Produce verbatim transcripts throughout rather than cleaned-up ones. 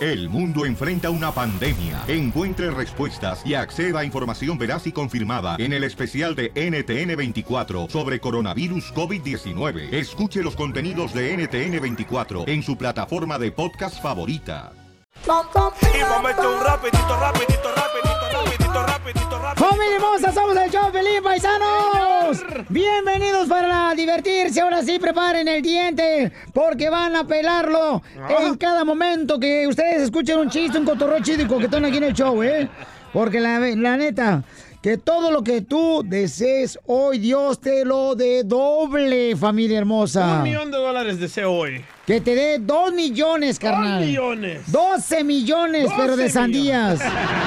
El mundo enfrenta una pandemia. Encuentre respuestas y acceda a información veraz y confirmada en el especial de N T N veinticuatro sobre coronavirus COVID diecinueve. Escuche los contenidos de N T N veinticuatro en su plataforma de podcast favorita. Y vamos a meter un rapidito, rapidito, rapidito, rapidito, rapidito, rapidito. ¡Familia hermosa! ¡Somos el show Feliz, paisanos! Bienvenidos para divertirse. Ahora sí, preparen el diente, porque van a pelarlo en cada momento que ustedes escuchen un chiste, un cotorreo chido y coquetón aquí en el show, ¿eh? Porque la, la neta, que todo lo que tú desees hoy, Dios te lo dé doble, familia hermosa. Un millón de dólares deseo hoy. Que te dé dos millones, carnal. Dos millones. Doce millones, pero de sandías.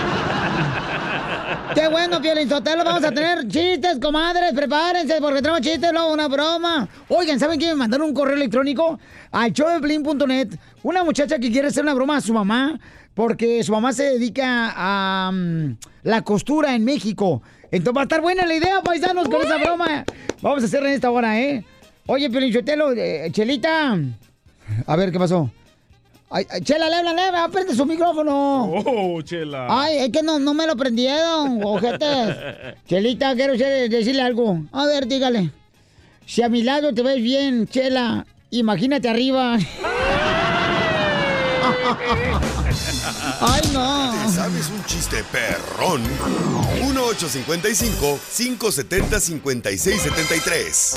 Qué bueno, Piolín Sotelo, vamos a tener chistes, comadres, prepárense, porque tenemos chistes, luego una broma. Oigan, ¿saben qué? Me mandaron un correo electrónico al show de Piolín punto net. Una muchacha que quiere hacer una broma a su mamá, porque su mamá se dedica a um, la costura en México. Entonces va a estar buena la idea, paisanos, con esa broma. Vamos a hacerla en esta hora, ¿eh? Oye, Piolín Sotelo, eh, Chelita. A ver, ¿qué pasó? Ay, ay, Chela, le hablan, le hablan, prende su micrófono. Oh, Chela. Ay, es que no, no me lo prendieron, ojetes. Chelita, quiero decirle algo. A ver, dígale. Si a mi lado te ves bien, Chela, imagínate arriba. Ay, no. ¿Te sabes un chiste perrón? uno ocho cinco cinco, cinco siete cero, cinco seis siete tres.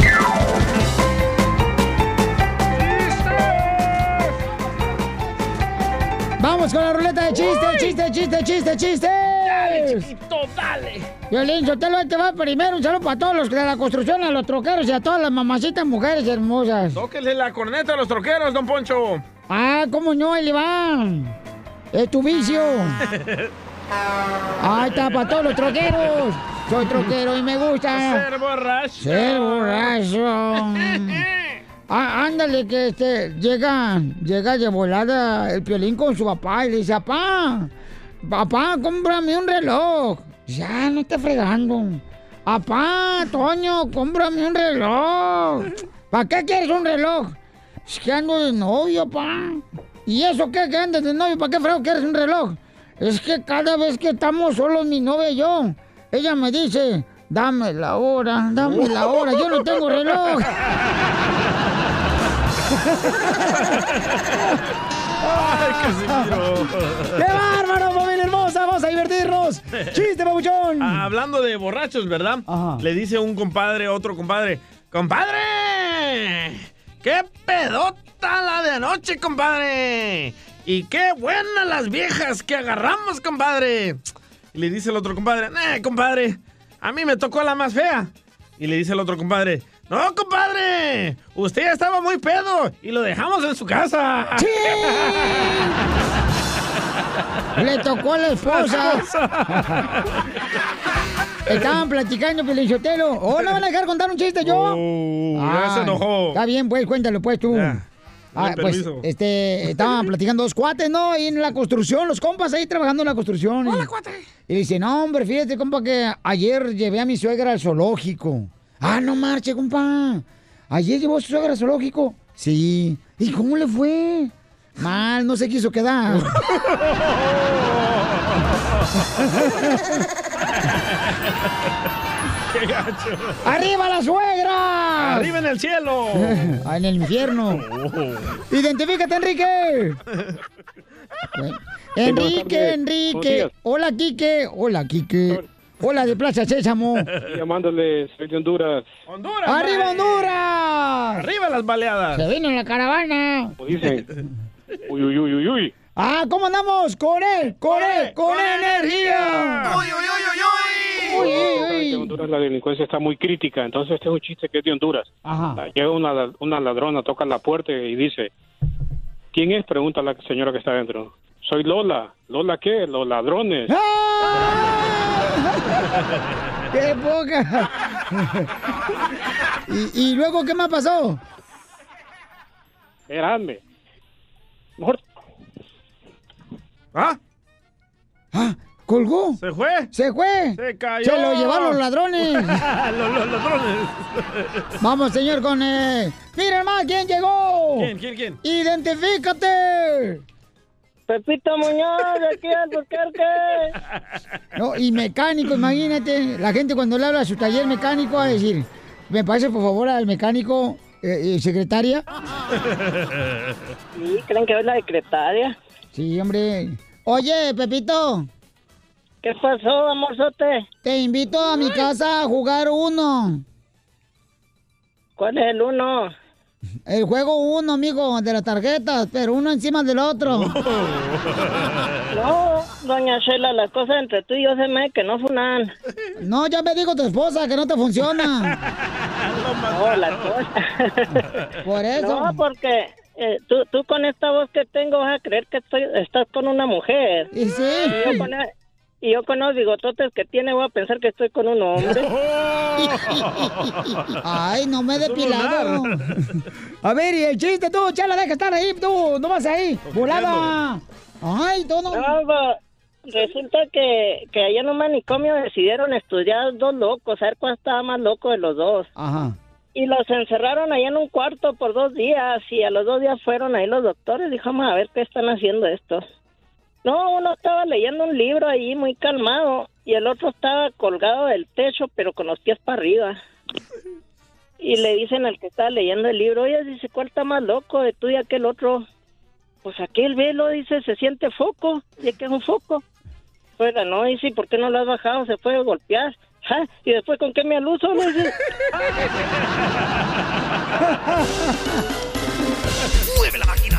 Vamos con la ruleta de chistes, chiste, chiste, chiste, chiste. Dale, chiquito, dale. Violín, Sotelo, te va primero. Un saludo para todos los de la construcción, a los troqueros y a todas las mamacitas mujeres hermosas. Tóquenle la corneta a los troqueros, don Poncho. Ah, ¿cómo no? Ahí le va. Es tu vicio. Ahí está, para todos los troqueros. Soy troquero y me gusta Ser borracho. ser borracho. Ah, ándale, que este, llega, llega de volada el Piolín con su papá y le dice, papá, papá, cómprame un reloj. Ya, no esté fregando. Papá, Toño, cómprame un reloj. ¿Para qué quieres un reloj? Es que ando de novio, pa. ¿Y eso qué, que andas de novio? ¿Para qué frego quieres un reloj? Es que cada vez que estamos solos, mi novia y yo, ella me dice, dame la hora, dame la hora, yo no tengo reloj. Ay, Casimiro. ¡Qué bárbaro, familia hermosa! ¡Vamos a divertirnos! ¡Chiste, papuchón! Ah, hablando de borrachos, ¿verdad? Ajá. Le dice un compadre a otro compadre, ¡compadre! ¡Qué pedota la de anoche, compadre! ¡Y qué buenas las viejas que agarramos, compadre! Y le dice el otro compadre, ¡eh, compadre! A mí me tocó la más fea. Y le dice el otro compadre, ¡no, compadre! Usted ya estaba muy pedo y lo dejamos en su casa. ¡Sí! Le tocó a la esposa. Estaban platicando, Piolín Sotelo. ¿Oh, no van a dejar contar un chiste yo? Oh, ya se enojó. Está bien, pues, cuéntalo, pues, tú. Ya, Ah, con pues, permiso. este, estaban platicando dos cuates, ¿no? Ahí en la construcción, los compas ahí trabajando en la construcción. Hola, cuate. Y dice, no, hombre, fíjate, compa, que ayer llevé a mi suegra al zoológico. Ah, no marche, compa. ¿Ayer llevó a su suegra al zoológico? Sí. ¿Y cómo le fue? Mal, no se quiso quedar. ¡Qué gacho! ¡Arriba la suegra! ¡Arriba en el cielo! Ah, en el infierno. Oh. ¡Identifícate, Enrique! Bueno. Enrique, Enrique. Hola, Quique. Hola, Quique. Hola, de Plaza Sésamo. Llamándole, soy de Honduras. ¡Honduras! ¡Arriba, mae! Honduras! ¡Arriba las baleadas! Se vino en la caravana. Como dicen, uy, uy, uy, uy, uy. Ah, ¿cómo andamos? ¡Con él! ¡Con él! ¡Con energía! ¡Uy, uy, uy, uy, uy! Uy, uy, Saben que en uy. Honduras la delincuencia está muy crítica, entonces este es un chiste que es de Honduras. Ajá. Llega una, una ladrona, toca la puerta y dice, ¿quién es? Pregunta la señora que está adentro. Soy Lola. ¿Lola qué? Los ladrones. ¡Ah! ¡Qué poca! ¿Y, ¿Y luego qué más pasó? Espérame. Mejor. ¿Ah? ¡Ah! ¿Colgó? ¿Se fue? ¡Se fue! ¡Se cayó! ¡Se lo llevaron los ladrones! los, los ladrones. Vamos, señor, con... Eh... ¡Miren más! ¿Quién llegó? ¿Quién, quién, quién? ¡Identifícate! Pepito Muñoz, de aquí al Albuquerque. No, y mecánico, imagínate. La gente cuando le habla a su taller mecánico va a decir, ¿me pase por favor al mecánico, eh, eh, secretaria? Sí, ¿creen que es la secretaria? Sí, hombre. Oye, Pepito. ¿Qué pasó, amorzote? Te invito a mi casa a jugar uno. ¿Cuál es el uno? El juego uno, amigo, de las tarjetas, pero uno encima del otro. No, doña Shela, las cosas entre tú y yo se me que no funan. No, ya me dijo tu esposa que no te funciona. No, las cosas. Por eso. No, porque eh, tú, tú con esta voz que tengo vas a creer que estoy, estás con una mujer. ¿Y sí? Y yo con, y yo con los bigototes que tiene voy a pensar que estoy con un hombre. Ay, no me he depilado. A ver, y el chiste tú, Chala, deja estar ahí, tú, no vas ahí. Volada. Ay, tú no. No, pues, resulta que, que allá en un manicomio decidieron estudiar dos locos, a ver cuál estaba más loco de los dos. Ajá. Y los encerraron allá en un cuarto por dos días, y a los dos días fueron ahí los doctores, dijo, vamos a ver qué están haciendo estos. No, uno estaba leyendo un libro ahí muy calmado, y el otro estaba colgado del techo, pero con los pies para arriba. Y le dicen al que estaba leyendo el libro, oye, dice, ¿cuál está más loco de tú y aquel otro? Pues aquel velo, dice, se siente foco, y que es un foco. Fuera, no, y sí, ¿por qué no lo has bajado? Se puede golpear. ¿Ah? Y después, ¿con qué me aluso? No dice. ¡Mueve la máquina!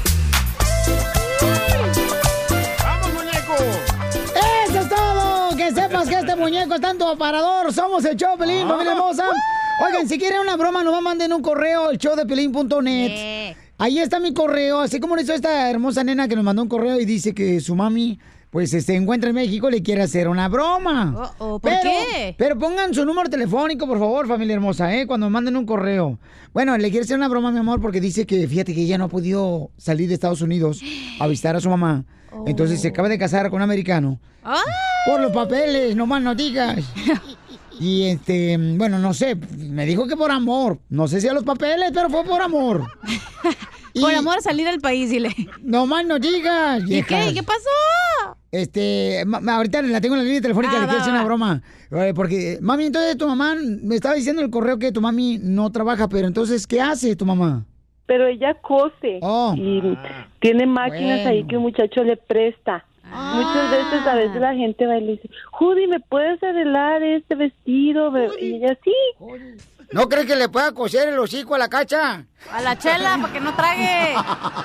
¡Vamos, muñeco! ¡Eso es todo! Que sepas que este muñeco es tanto aparador. Somos el show de Pelín, familia hermosa. Oigan, si quieren una broma, nos manden un correo al show de pelín punto net. Yeah. Ahí está mi correo, así como lo hizo esta hermosa nena que nos mandó un correo y dice que su mami, pues, se encuentra en México y le quiere hacer una broma. Oh, oh, ¿por pero, qué? Pero pongan su número telefónico, por favor, familia hermosa, ¿eh? Cuando manden un correo. Bueno, le quiere hacer una broma, mi amor, porque dice que, fíjate que ella no ha podido salir de Estados Unidos a visitar a su mamá. Oh. Entonces se acaba de casar con un americano. ¡Ah! Por los papeles, no más no digas. Y este, bueno, no sé, me dijo que por amor. No sé si a los papeles, pero fue por amor. Por y, amor a salir al país, dile. No más no digas. ¿Y qué? ¿Y qué pasó? Este, ma, ahorita la tengo en la línea telefónica, ah, le quiero hacer una broma. Porque, mami, entonces tu mamá, me estaba diciendo en el correo que tu mami no trabaja, pero entonces, ¿qué hace tu mamá? Pero ella cose. Oh. Y tiene máquinas bueno. ahí que un muchacho le presta. Ah. Muchas veces, a veces la gente va y le dice, Judy, ¿me puedes arreglar este vestido? Judy. Y ella, sí. Judy. ¿No crees que le pueda coser el hocico a la Cacha? A la Chela, para que no trague.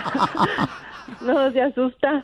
No, se asusta.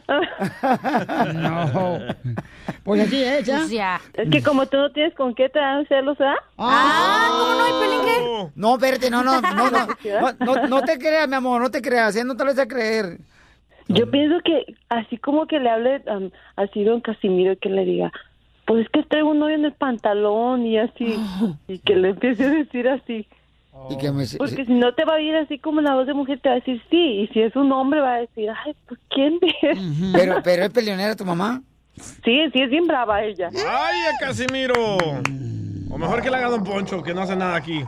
No. Pues así es, ¿ya? ya. Es que como tú no tienes con qué te dan celos, ¿ah? Ah, ¿cómo no hay pelinque? No, espérate, no, no, no, no, no, no, no te creas, mi amor, no te creas, ¿eh? No te lo vas a creer. Yo pienso que así como que le hable um, así don Casimiro, que le diga, pues es que traigo un hoyo en el pantalón y así, oh. y que le empiece a decir así. Oh. Y que me... Porque si no te va a ir así como la voz de mujer, te va a decir sí, y si es un hombre va a decir, ay, pues ¿quién es? Uh-huh. Pero, pero ¿es peleonera tu mamá? Sí, sí, es bien brava ella. ¡Ay, a Casimiro! O mejor que le haga Don Poncho, que no hace nada aquí.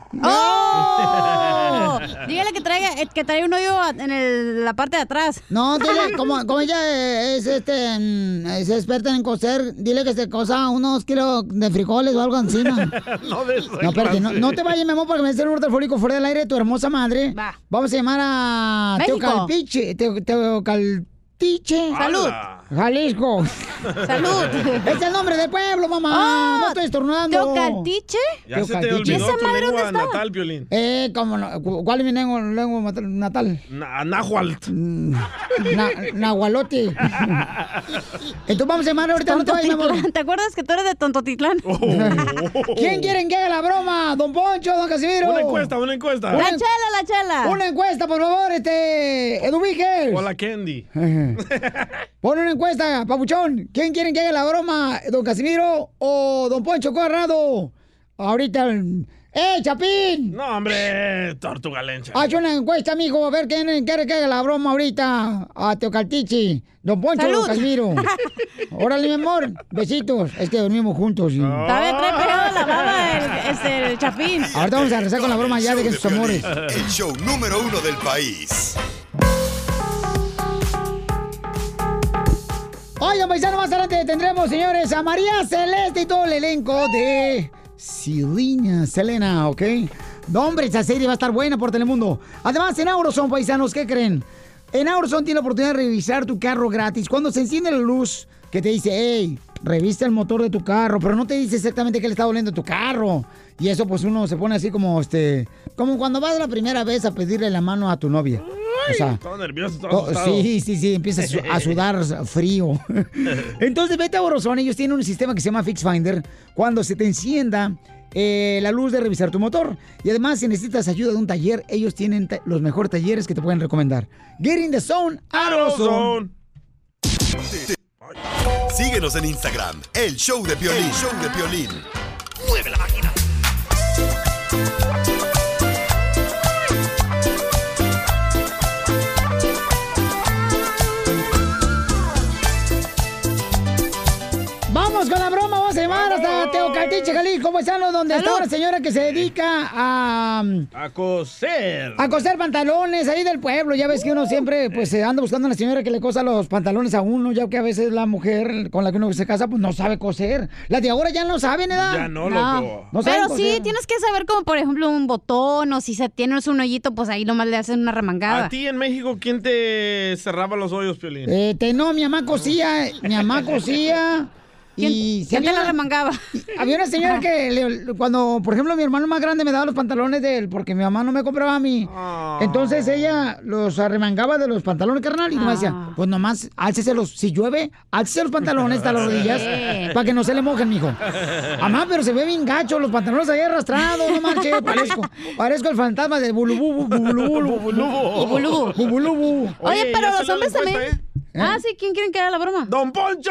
¡Oh! Dígale que traiga, que traiga un hoyo en el, la parte de atrás. No, dile, como, como ella es, este, es experta en coser, dile que se cosa unos kilos de frijoles o algo así, ¿no? No, de eso. No, espérate, no, no te vayas, mi amor, porque me hace el número telefónico fuera del aire de tu hermosa madre. Va. Vamos a llamar a Teocalpiche, Teo, Teocaltiche. ¡Salud! Jalisco. ¡Salud! Es el nombre del pueblo, mamá. Oh, no estoy estornudando. ¿Teocaltiche? Ya se te olvidó tu lengua natal, Piolín. Eh, ¿cómo no? ¿Cuál es mi lengua, lengua natal? Na, Nahualt. Na, Nahualote. Entonces vamos a llamar ahorita. No te vayas, mi amor. ¿Te acuerdas que tú eres de Tontotitlán? Oh. ¿Quién quieren que haga la broma? ¿Don Poncho, don Casimiro? Una encuesta, una encuesta. La chela, la chela. Una encuesta, por favor, este... Eduviges. O la Candy. Pon una encuesta, papuchón. ¿Quién quieren que haga la broma? ¿Don Casimiro o don Poncho Corrado? Ahorita... ¡Eh, Chapín! No, hombre, tortugalencha. Haz una encuesta, amigo, a ver quién quiere que haga la broma ahorita. A Teocaltichi, don Poncho o don Casimiro. Órale, mi amor, besitos. Es que dormimos juntos. Y... Oh. Está bien, trae pegado la baba el, este, el Chapín. Ahorita vamos a regresar con la broma ya de sus amores. El show número uno del país. Oigan, paisano, más adelante tendremos, señores, a María Celeste y todo el elenco de Selena, Selena, ¿ok? No, hombre, esa serie va a estar buena por Telemundo. Además, en Auroson, paisanos, ¿qué creen? En Auroson tiene la oportunidad de revisar tu carro gratis. Cuando se enciende la luz que te dice, hey, revisa el motor de tu carro, pero no te dice exactamente qué le está doliendo a tu carro. Y eso, pues, uno se pone así como, este, como cuando vas la primera vez a pedirle la mano a tu novia. O sea, todo nervioso, todo oh, asustado. sí, sí, sí, empieza a, su- a sudar frío. Entonces, vete a Auroson. Ellos tienen un sistema que se llama Fix Finder. Cuando se te encienda eh, la luz de revisar tu motor. Y además, si necesitas ayuda de un taller, ellos tienen ta- los mejores talleres que te pueden recomendar. Get in the zone, Auroson. Síguenos en Instagram, el show de Piolín. El show de Piolín. Mueve la máquina. Vamos con la broma, vamos a llamar hasta Teocaltiche, Jalisco, paisanos, donde está una señora que se dedica a... A coser. A coser pantalones ahí del pueblo. Ya ves que uno siempre pues se anda buscando una señora que le cosa los pantalones a uno, ya que a veces la mujer con la que uno se casa pues no sabe coser. Las de ahora ya no saben, ¿verdad? Ya no, loco. No saben Pero sí, coser. tienes que saber como, por ejemplo, un botón o si se tienes un hoyito, pues ahí nomás le hacen una remangada. A ti en México, ¿quién te cerraba los hoyos, Piolín? Eh, te, no, mi mamá cosía, mi mamá cosía. Y ¿Quién te la una- remangaba? Había una señora que le- cuando, por ejemplo, mi hermano más grande me daba los pantalones de él porque mi mamá no me compraba a mí. Entonces ella los arremangaba de los pantalones, carnal, y me decía, pues nomás álceselos. Si llueve, álcese los pantalones hasta las rodillas para que no se le mojen, mijo. Mamá, pero se ve bien gacho, los pantalones ahí arrastrados, no marche, parezco, parezco el fantasma de Bulubú, Bubulubu. Bubulubu. Bubulubu. Oye, pero ya los salió hombres la también. encuesta, Ah, sí, ¿quién quieren que haga la broma? ¡Don Poncho!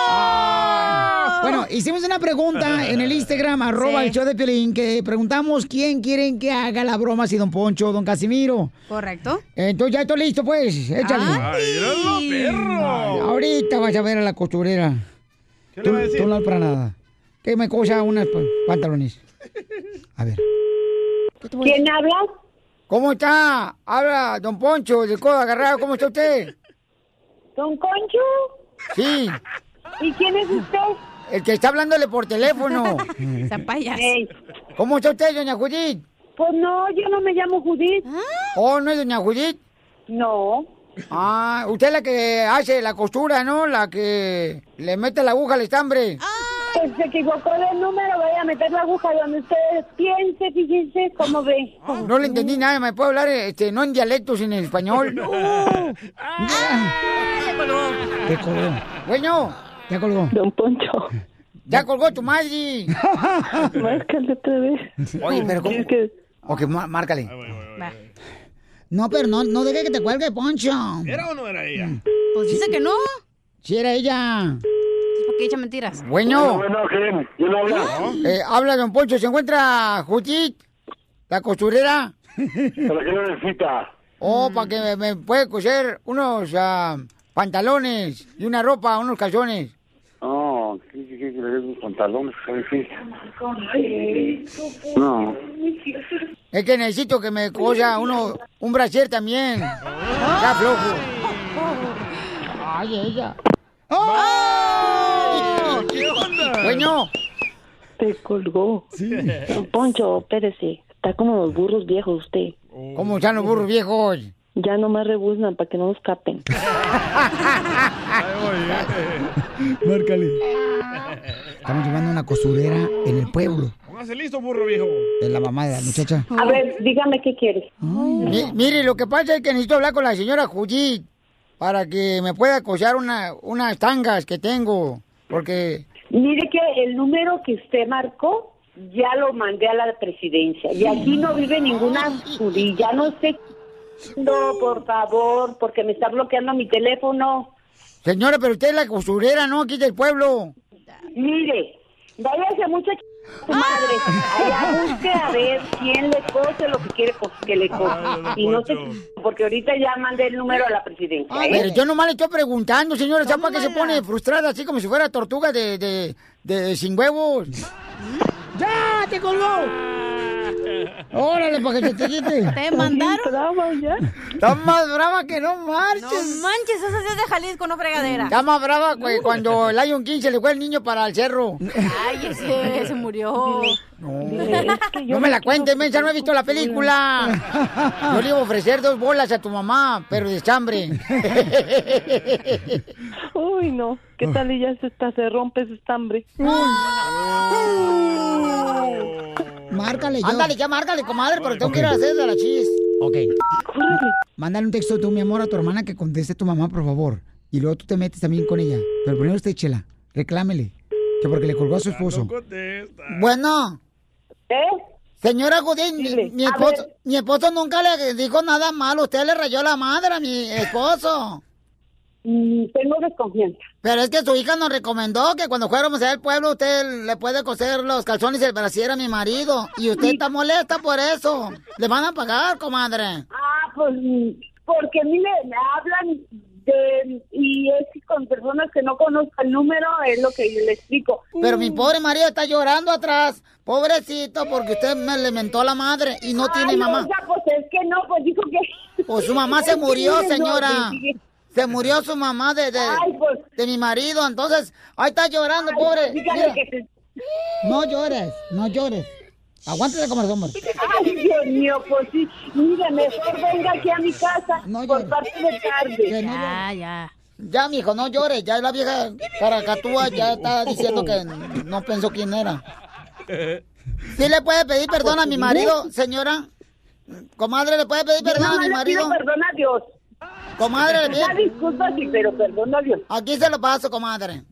Bueno, hicimos una pregunta en el Instagram, arroba Sí. el show de Piolín, que preguntamos quién quieren que haga la broma, si Don Poncho o Don Casimiro. Correcto. Entonces ya estoy listo, pues, échale. ¡Ay, míralo, perro! Ay, ahorita vas a ver a la costurera. ¿Qué le Tú, va a decir? tú no para nada. Que me cosa unas pa- pantalones. A ver. ¿Quién habla? ¿Cómo está? Habla Don Poncho, de codo agarrado. ¿Cómo está usted? ¿Don Concho? Sí, ¿Y quién es usted? el que está hablándole por teléfono. San payas. Ey, ¿Cómo está usted, doña Judith? pues no, yo no me llamo Judith. ¿Oh, no es doña Judith? No. Ah, usted es la que hace la costura, ¿no? La que le mete la aguja al estambre. Pues se equivocó del número, vaya a meter la aguja donde usted piense, fíjense cómo ve. No le entendí nada, ¿me puede hablar este, no en dialecto, sino en español? Te colgó. Bueno, ya colgó. Don Poncho, Ya colgó tu madre. márcale otra vez. Oye, pero ¿cómo? Es que Ok, má- márcale. Va. No, pero no, no deje que te cuelgue, Poncho. ¿Era o no era ella? Pues dice que no. Si era ella. Es porque echa mentiras. Bueno, Bueno, ¿quién? ¿Quién habla? eh, habla Don Poncho. ¿Se encuentra Judith, la costurera? ¿Para qué lo necesita? Oh, para que me, me puede coser unos ah, pantalones y una ropa, unos calzones. No, ¿qué, qué, qué, qué le des los pantalones? ¿Qué difícil? No. Es que necesito que me cosa uno, un brasier también. Está flojo. Ay, ella. ¡Oh! ¿Qué onda? Bueno, te colgó. Don Poncho, espérese. Está como los burros viejos usted. ¿cómo están los burros viejos? Ya nomás rebuznan para que no nos capen. Ay, oye. Márcale. Estamos llevando una costurera en el pueblo. Póngase listo, burro viejo. Es la mamá de la muchacha. A ver, dígame qué quiere. Mi- mire, lo que pasa es que necesito hablar con la señora Judith para que me pueda coser una, unas tangas que tengo. Porque... Mire que el número que usted marcó ya lo mandé a la presidencia y aquí no vive ninguna judía, no sé. No, por favor, porque me está bloqueando mi teléfono. Señora, pero usted es la costurera, ¿no? Aquí del pueblo. Mire, váyase mucho a ch- su madre. Allá busque a ver quién le cose lo que quiere pues, que le cose. Ay, don Y no sé, Poncho. porque ahorita ya mandé el número a la presidencia. ¿eh? Pero yo nomás le estoy preguntando, señora, ¿sabe para qué se pone frustrada así como si fuera tortuga de, de, de sin huevos? ¡Ya! ¡Te colgó! Órale, para que se te quite. ¿Te mandaron? Estás más brava que no marches. No manches, esa sí es de Jalisco, no fregadera. Está más brava güey, cuando el Lion King se le fue el niño para el cerro. Ay, ese se murió. No, no me la cuentes, mensa, no he visto la película. Yo le iba a ofrecer dos bolas a tu mamá, pero de chambre. Uy, no. ¿Qué tal y ya se, está, se rompe ese estambre? Márcale yo. Ándale, ya márcale, comadre, pero tengo que ir a hacer de la chis. Ok. Mándale un texto tú, mi amor, a tu hermana que conteste tu mamá, por favor. Y luego tú te metes también con ella. Pero primero usted, Chela, reclámele. Que porque le colgó a su esposo. Bueno. ¿Eh? Señora Godín, mi, mi esposo, mi esposo nunca le dijo nada malo. Usted le rayó la madre a mi esposo. Mm, tengo desconfianza. Pero es que su hija nos recomendó que cuando fuéramos al pueblo usted le puede coser los calzones y el brasier a mi marido. Y usted está molesta por eso. Le van a pagar, comadre. Ah, pues porque a mí me, me hablan de, y es con personas que no conozco el número, es lo que yo le explico. Pero mi pobre marido está llorando atrás. Pobrecito, porque usted me le mentó a la madre y no Ay, tiene mamá. Oiga, pues es que no, pues dijo que... Pues su mamá se murió, señora. Se murió su mamá de, de, Ay, pues. de mi marido, entonces, ahí está llorando, Ay, pobre. pues, dígale que te... No llores, no llores. Aguántate como hombre. Ay, Dios mío, pues sí. Mire, mejor venga aquí a mi casa No por llores. parte de tarde. No Ya, ya. Ya, mijo, no llores. Ya la vieja caracatúa ya está diciendo que no pensó quién era. ¿Sí le puede pedir perdón a mi marido, señora? Comadre, ¿le puede pedir perdón Yo a mi nomás le pido marido? perdón a Dios. Comadre, le Ya pide... disculpa, sí, pero perdón a Dios. Aquí se lo paso, comadre.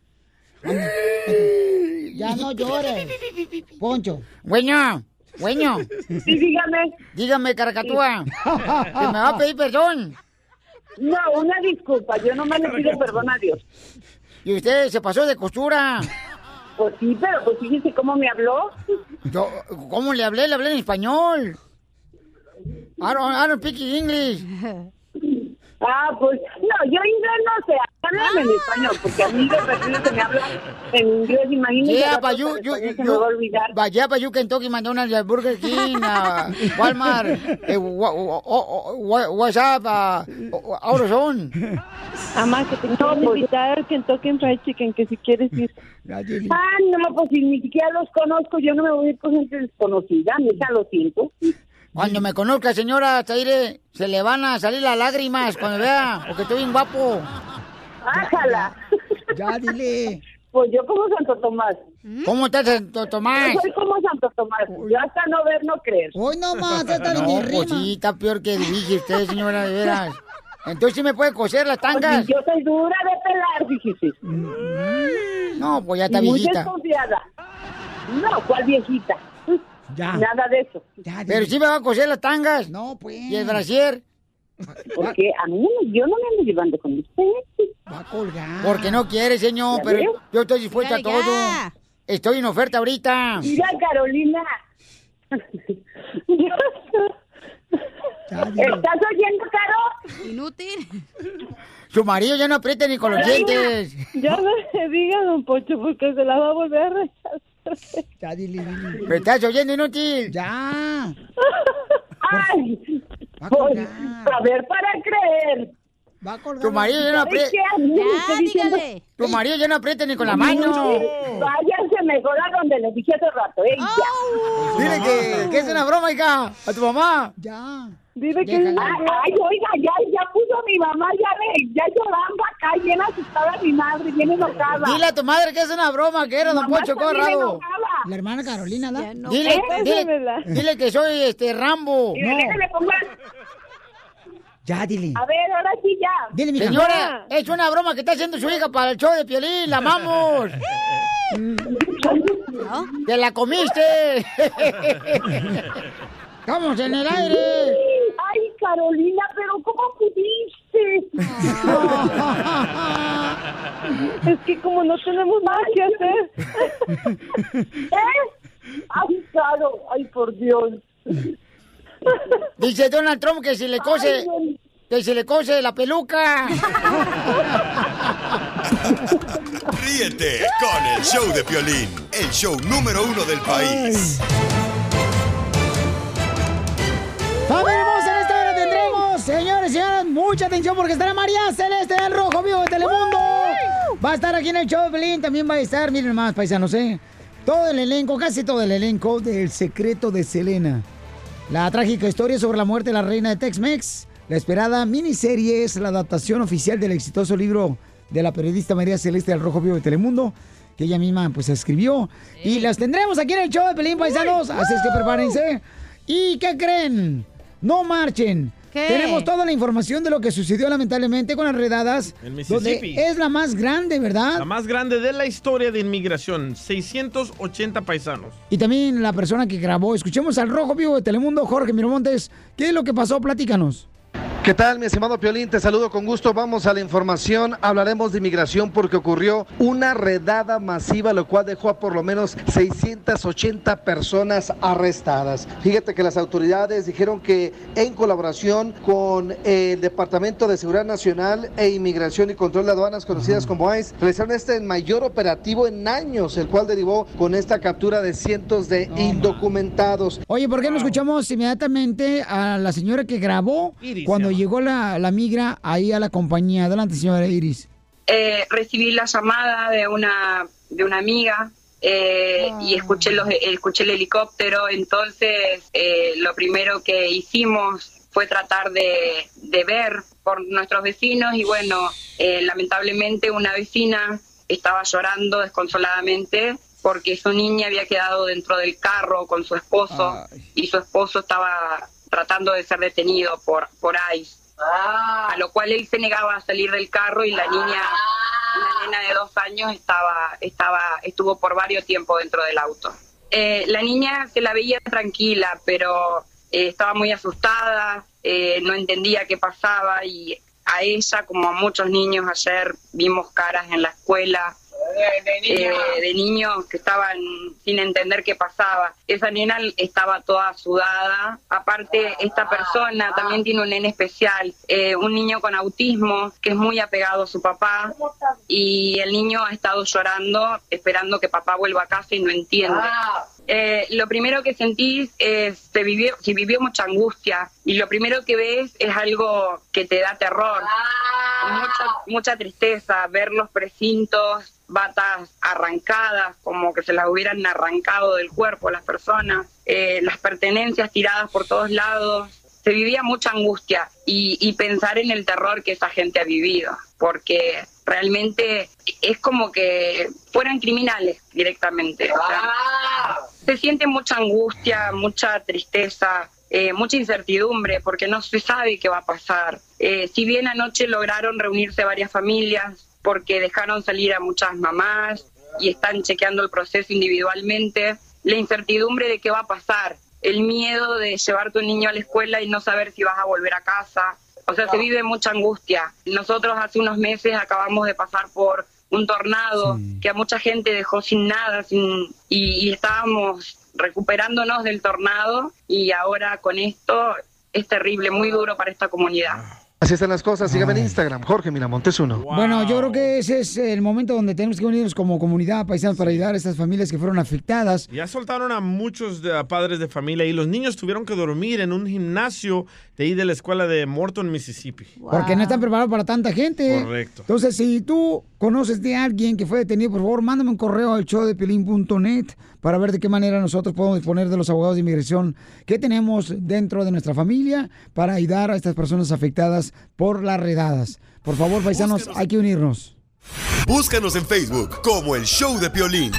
Ya no llores. Poncho. Güeño, güeño. Sí, dígame. Dígame, caracatúa. Que me va a pedir perdón. No, una disculpa. Yo nomás le pido perdón a Dios. Y usted se pasó de costura. Pues sí, pero pues fíjese cómo me habló. Yo, ¿cómo le hablé? Le hablé en español. I don't, I don't speak English. Ah, pues, no, yo inglés no sé, háblame en español, porque a mí de repente se me habla en inglés, imagínate. Yeah, la but cosa you, en you, español you, se me va a olvidar. but yeah, but you Kentucky, McDonald's, Burger King, uh, Walmart, eh, wa, wa, wa, wa, what's up, uh, AutoZone. Amá, que te quiero invitar al Kentucky Fried Chicken, que si quieres ir. Ah, no, pues si ni siquiera los conozco, yo no me voy a ir con gente desconocida, mija, lo siento. Cuando me conozca, señora Zaire, se le van a salir las lágrimas cuando vea, porque estoy bien guapo. ¡Ájala! Ya, dile. Pues yo como Santo Tomás. ¿Cómo estás, Santo Tomás? Yo soy como Santo Tomás. Yo hasta no ver, no creer. Hoy nomás, está bien mi rima. Pues sí, está peor que dije usted, señora, de veras. Entonces sí me puede coser las tangas. Pues yo soy dura de pelar, dijiste. No, pues ya está y muy viejita. desconfiada. No, ¿cuál viejita? Ya. Nada de eso. Ya, pero sí me va a coser las tangas. No, pues. Y el brasier. Porque a mí no, yo no me ando llevando con usted. Va a colgar. Porque no quiere, señor, ¿Ya pero veo? yo estoy dispuesta Dígale a todo. ya. Estoy en oferta ahorita. Mira, Carolina. ¿Estás oyendo, Caro? Inútil. Su marido ya no aprieta ni con los dientes. Ya no le diga, don Pocho, porque se la va a volver a rechazar. Ya, dile, dile. ¿Me estás oyendo, inútil? Ya. Ay, Va a pues, colgar. a ver, para creer. Va a colgar. Tu marido ya no ¿Sabes aprieta. qué? A mí me Ya, está diciendo- dígale. Tu marido ya no aprieta ni con la mano. Váyanse mejor a donde les dije hace rato, ¿eh? Oh. Dile que, que es una broma, hija. A tu mamá. Ya. Dile que- Ay, ay, oiga, ya, ya puso a mi mamá, ya ve, ya llorando acá, bien asustada mi madre, bien enojada. Dile a tu madre que es una broma, que era don Mamá Poncho está bien Corrado. enojada. La hermana Carolina, ¿da? Ya no. Dile, ¿Eh? dile, Déjamela. dile que soy este Rambo. Y No. déjale pongan. Ya, dile. A ver, ahora sí ya. Dile, mi señora, es una broma que está haciendo su hija para el show de Piolín. ¡La amamos! ¿No? ¡Te la comiste! ¡Estamos en el aire! Ay, Carolina, pero ¿cómo pudiste? Es que como no tenemos nada que hacer. ¿Eh? Ay, Caro, ay, por Dios. Dice Donald Trump que si le cose, Ay, Dios. que si le cose la peluca. Ríete con el show de Piolín, el show número uno del país. ¡Familia hermosa! En esta hora tendremos, señores y señoras, mucha atención porque estará María Celeste del Rojo Vivo de Telemundo. Va a estar aquí en el show de Pelín, también va a estar, miren más, paisanos, ¿eh? Todo el elenco, casi todo el elenco del Secreto de Selena. La trágica historia sobre la muerte de la reina de Tex-Mex. La esperada miniserie es la adaptación oficial del exitoso libro de la periodista María Celeste del Rojo Vivo de Telemundo, que ella misma pues escribió. Y las tendremos aquí en el show de Pelín, paisanos. Así es que prepárense. ¿Y qué creen? No marchen. ¿Qué? Tenemos toda la información de lo que sucedió lamentablemente con las redadas. En Mississippi. Donde es la más grande, ¿verdad? La más grande de la historia de inmigración. seiscientos ochenta paisanos. Y también la persona que grabó. Escuchemos al Rojo Vivo de Telemundo, Jorge Miramontes. ¿Qué es lo que pasó? Platícanos. ¿Qué tal, mi estimado Piolín? Te saludo con gusto. Vamos a la información. Hablaremos de inmigración porque ocurrió una redada masiva, lo cual dejó a por lo menos seiscientas ochenta personas arrestadas. Fíjate que las autoridades dijeron que en colaboración con el Departamento de Seguridad Nacional e Inmigración y Control de Aduanas, conocidas como ICE, realizaron este mayor operativo en años, el cual derivó con esta captura de cientos de No, indocumentados. Oye, ¿por qué no escuchamos inmediatamente a la señora que grabó Iris, cuando llegó la, la migra ahí a la compañía? Adelante, señora Iris. Eh, recibí la llamada de una de una amiga eh, oh. y escuché los escuché el helicóptero. Entonces eh, lo primero que hicimos fue tratar de, de ver por nuestros vecinos y bueno, eh, lamentablemente una vecina estaba llorando desconsoladamente porque su niña había quedado dentro del carro con su esposo. Ay. Y su esposo estaba tratando de ser detenido por, por ICE, ah. a lo cual él se negaba a salir del carro y la niña, una nena de dos años, estaba, estaba, estuvo por varios tiempo dentro del auto. Eh, la niña se la veía tranquila, pero eh, estaba muy asustada, eh, no entendía qué pasaba y a ella, como a muchos niños, ayer vimos caras en la escuela, De, eh, de niños que estaban sin entender qué pasaba. Esa nena estaba toda sudada. Aparte, esta persona también tiene un nene especial, eh, un niño con autismo que es muy apegado a su papá y el niño ha estado llorando esperando que papá vuelva a casa y no entiende. Eh, lo primero que sentís es, se vivió, se vivió mucha angustia y lo primero que ves es algo que te da terror, mucha, mucha tristeza, ver los precintos, batas arrancadas, como que se las hubieran arrancado del cuerpo a las personas, eh, las pertenencias tiradas por todos lados. Se vivía mucha angustia y, y pensar en el terror que esa gente ha vivido, porque realmente es como que fueran criminales directamente. O sea, se siente mucha angustia, mucha tristeza, eh, mucha incertidumbre, porque no se sabe qué va a pasar. Eh, si bien anoche lograron reunirse varias familias, porque dejaron salir a muchas mamás y están chequeando el proceso individualmente, la incertidumbre de qué va a pasar, el miedo de llevar tu niño a la escuela y no saber si vas a volver a casa. O sea, se vive mucha angustia. Nosotros hace unos meses acabamos de pasar por un tornado sí. que a mucha gente dejó sin nada sin, y, y estábamos recuperándonos del tornado y ahora con esto es terrible, muy duro para esta comunidad. Así están las cosas. Síganme en Instagram, Jorge Miramontes uno. Wow. Bueno, yo creo que ese es el momento donde tenemos que unirnos como comunidad, paisanos, para ayudar a estas familias que fueron afectadas. Ya soltaron a muchos de, a padres de familia y los niños tuvieron que dormir en un gimnasio de ahí de la escuela de Morton, Mississippi. Wow. Porque no están preparados para tanta gente. Correcto. Entonces, si tú conoces de alguien que fue detenido, por favor, mándame un correo al show de piolín punto net para ver de qué manera nosotros podemos disponer de los abogados de inmigración que tenemos dentro de nuestra familia para ayudar a estas personas afectadas por las redadas. Por favor, paisanos, Búscanos. Hay que unirnos. Búscanos en Facebook como El Show de Piolín.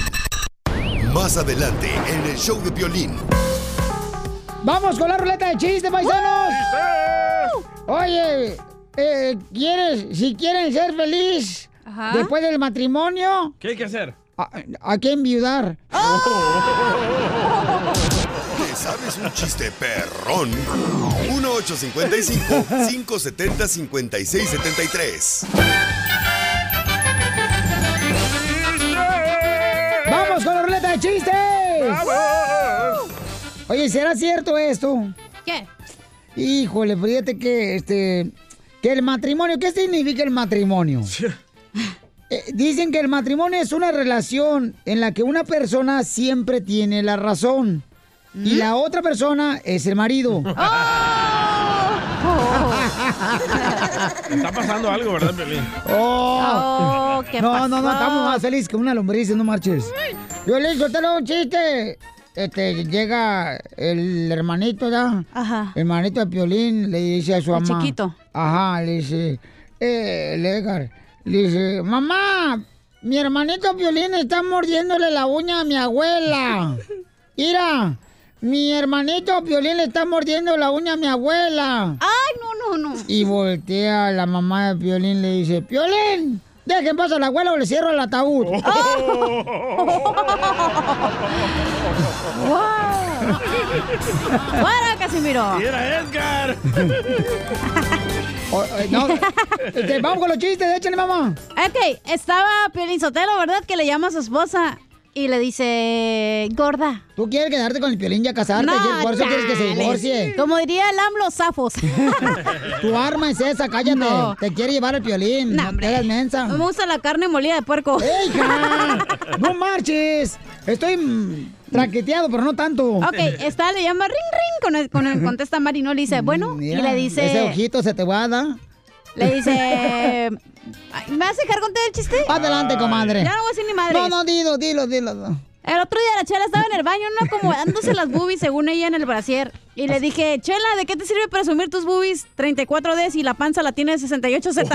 Más adelante en El Show de Piolín. ¡Vamos con la ruleta de chiste, paisanos! Oye, eh, ¿quieres, si quieren ser feliz Ajá. después del matrimonio? ¿Qué hay que hacer? ¿A, a qué enviudar? ¿Te sabes un chiste perrón? uno ocho cinco cinco, cinco siete cero, cinco seis siete tres. ¡Vamos con la ruleta de chistes! ¡Vamos! Oye, ¿será cierto esto? ¿Qué? Híjole, fíjate que este que el matrimonio, ¿qué significa el matrimonio? eh, dicen que el matrimonio es una relación en la que una persona siempre tiene la razón ¿Mm? y la otra persona es el marido. ¡Oh! Está pasando algo, ¿verdad, Piolín? Oh, Oh, ¿qué no, pasó? no, no, estamos más felices que una lombriz, no marches. Yo le hice un chiste. Este, llega el hermanito, ¿ya? Ajá. El hermanito de Piolín le dice a su El mamá. chiquito. Ajá, le dice, eh, el Edgar, le dice, mamá, mi hermanito Piolín está mordiéndole la uña a mi abuela. Mira, mi hermanito Piolín le está mordiendo la uña a mi abuela. Ay, no, no, no. Y voltea la mamá de Piolín, le dice, Piolín, dejen pasar a la abuela o le cierro el ataúd. ¡Wow! ¡Fuera, Casimiro! ¡Y era Edgar! Oh, eh, no, este, vamos con los chistes, échale, mamá. Ok, estaba Piolín Sotelo, ¿verdad? Que le llama a su esposa y le dice, gorda. ¿Tú quieres quedarte con el Piolín y a casarte? ¿Por eso quieres que se divorcie? Como diría el AMLO, zafos. Tu arma es esa, cállate. No. Te quiere llevar el Piolín. No, no te hagas mensa. No me gusta la carne molida de puerco. ¡Ey, hija! ¡No marches! Estoy mm, traqueteado, pero no tanto. Ok, está, le llama ring ring, con el, con el, contesta Mari, ¿no? Le dice, bueno, Mira, y le dice... Ese ojito se te va a dar. Le dice... Ay, ¿me vas a dejar contar el chiste? Adelante, comadre. Ya no voy a decir ni madre. No, no, dilo, dilo, dilo. El otro día la Chela estaba en el baño, no acomodándose las boobies según ella en el brasier. Y le dije, Chela, ¿de qué te sirve presumir tus boobies treinta y cuatro D si la panza la tiene sesenta y ocho Z?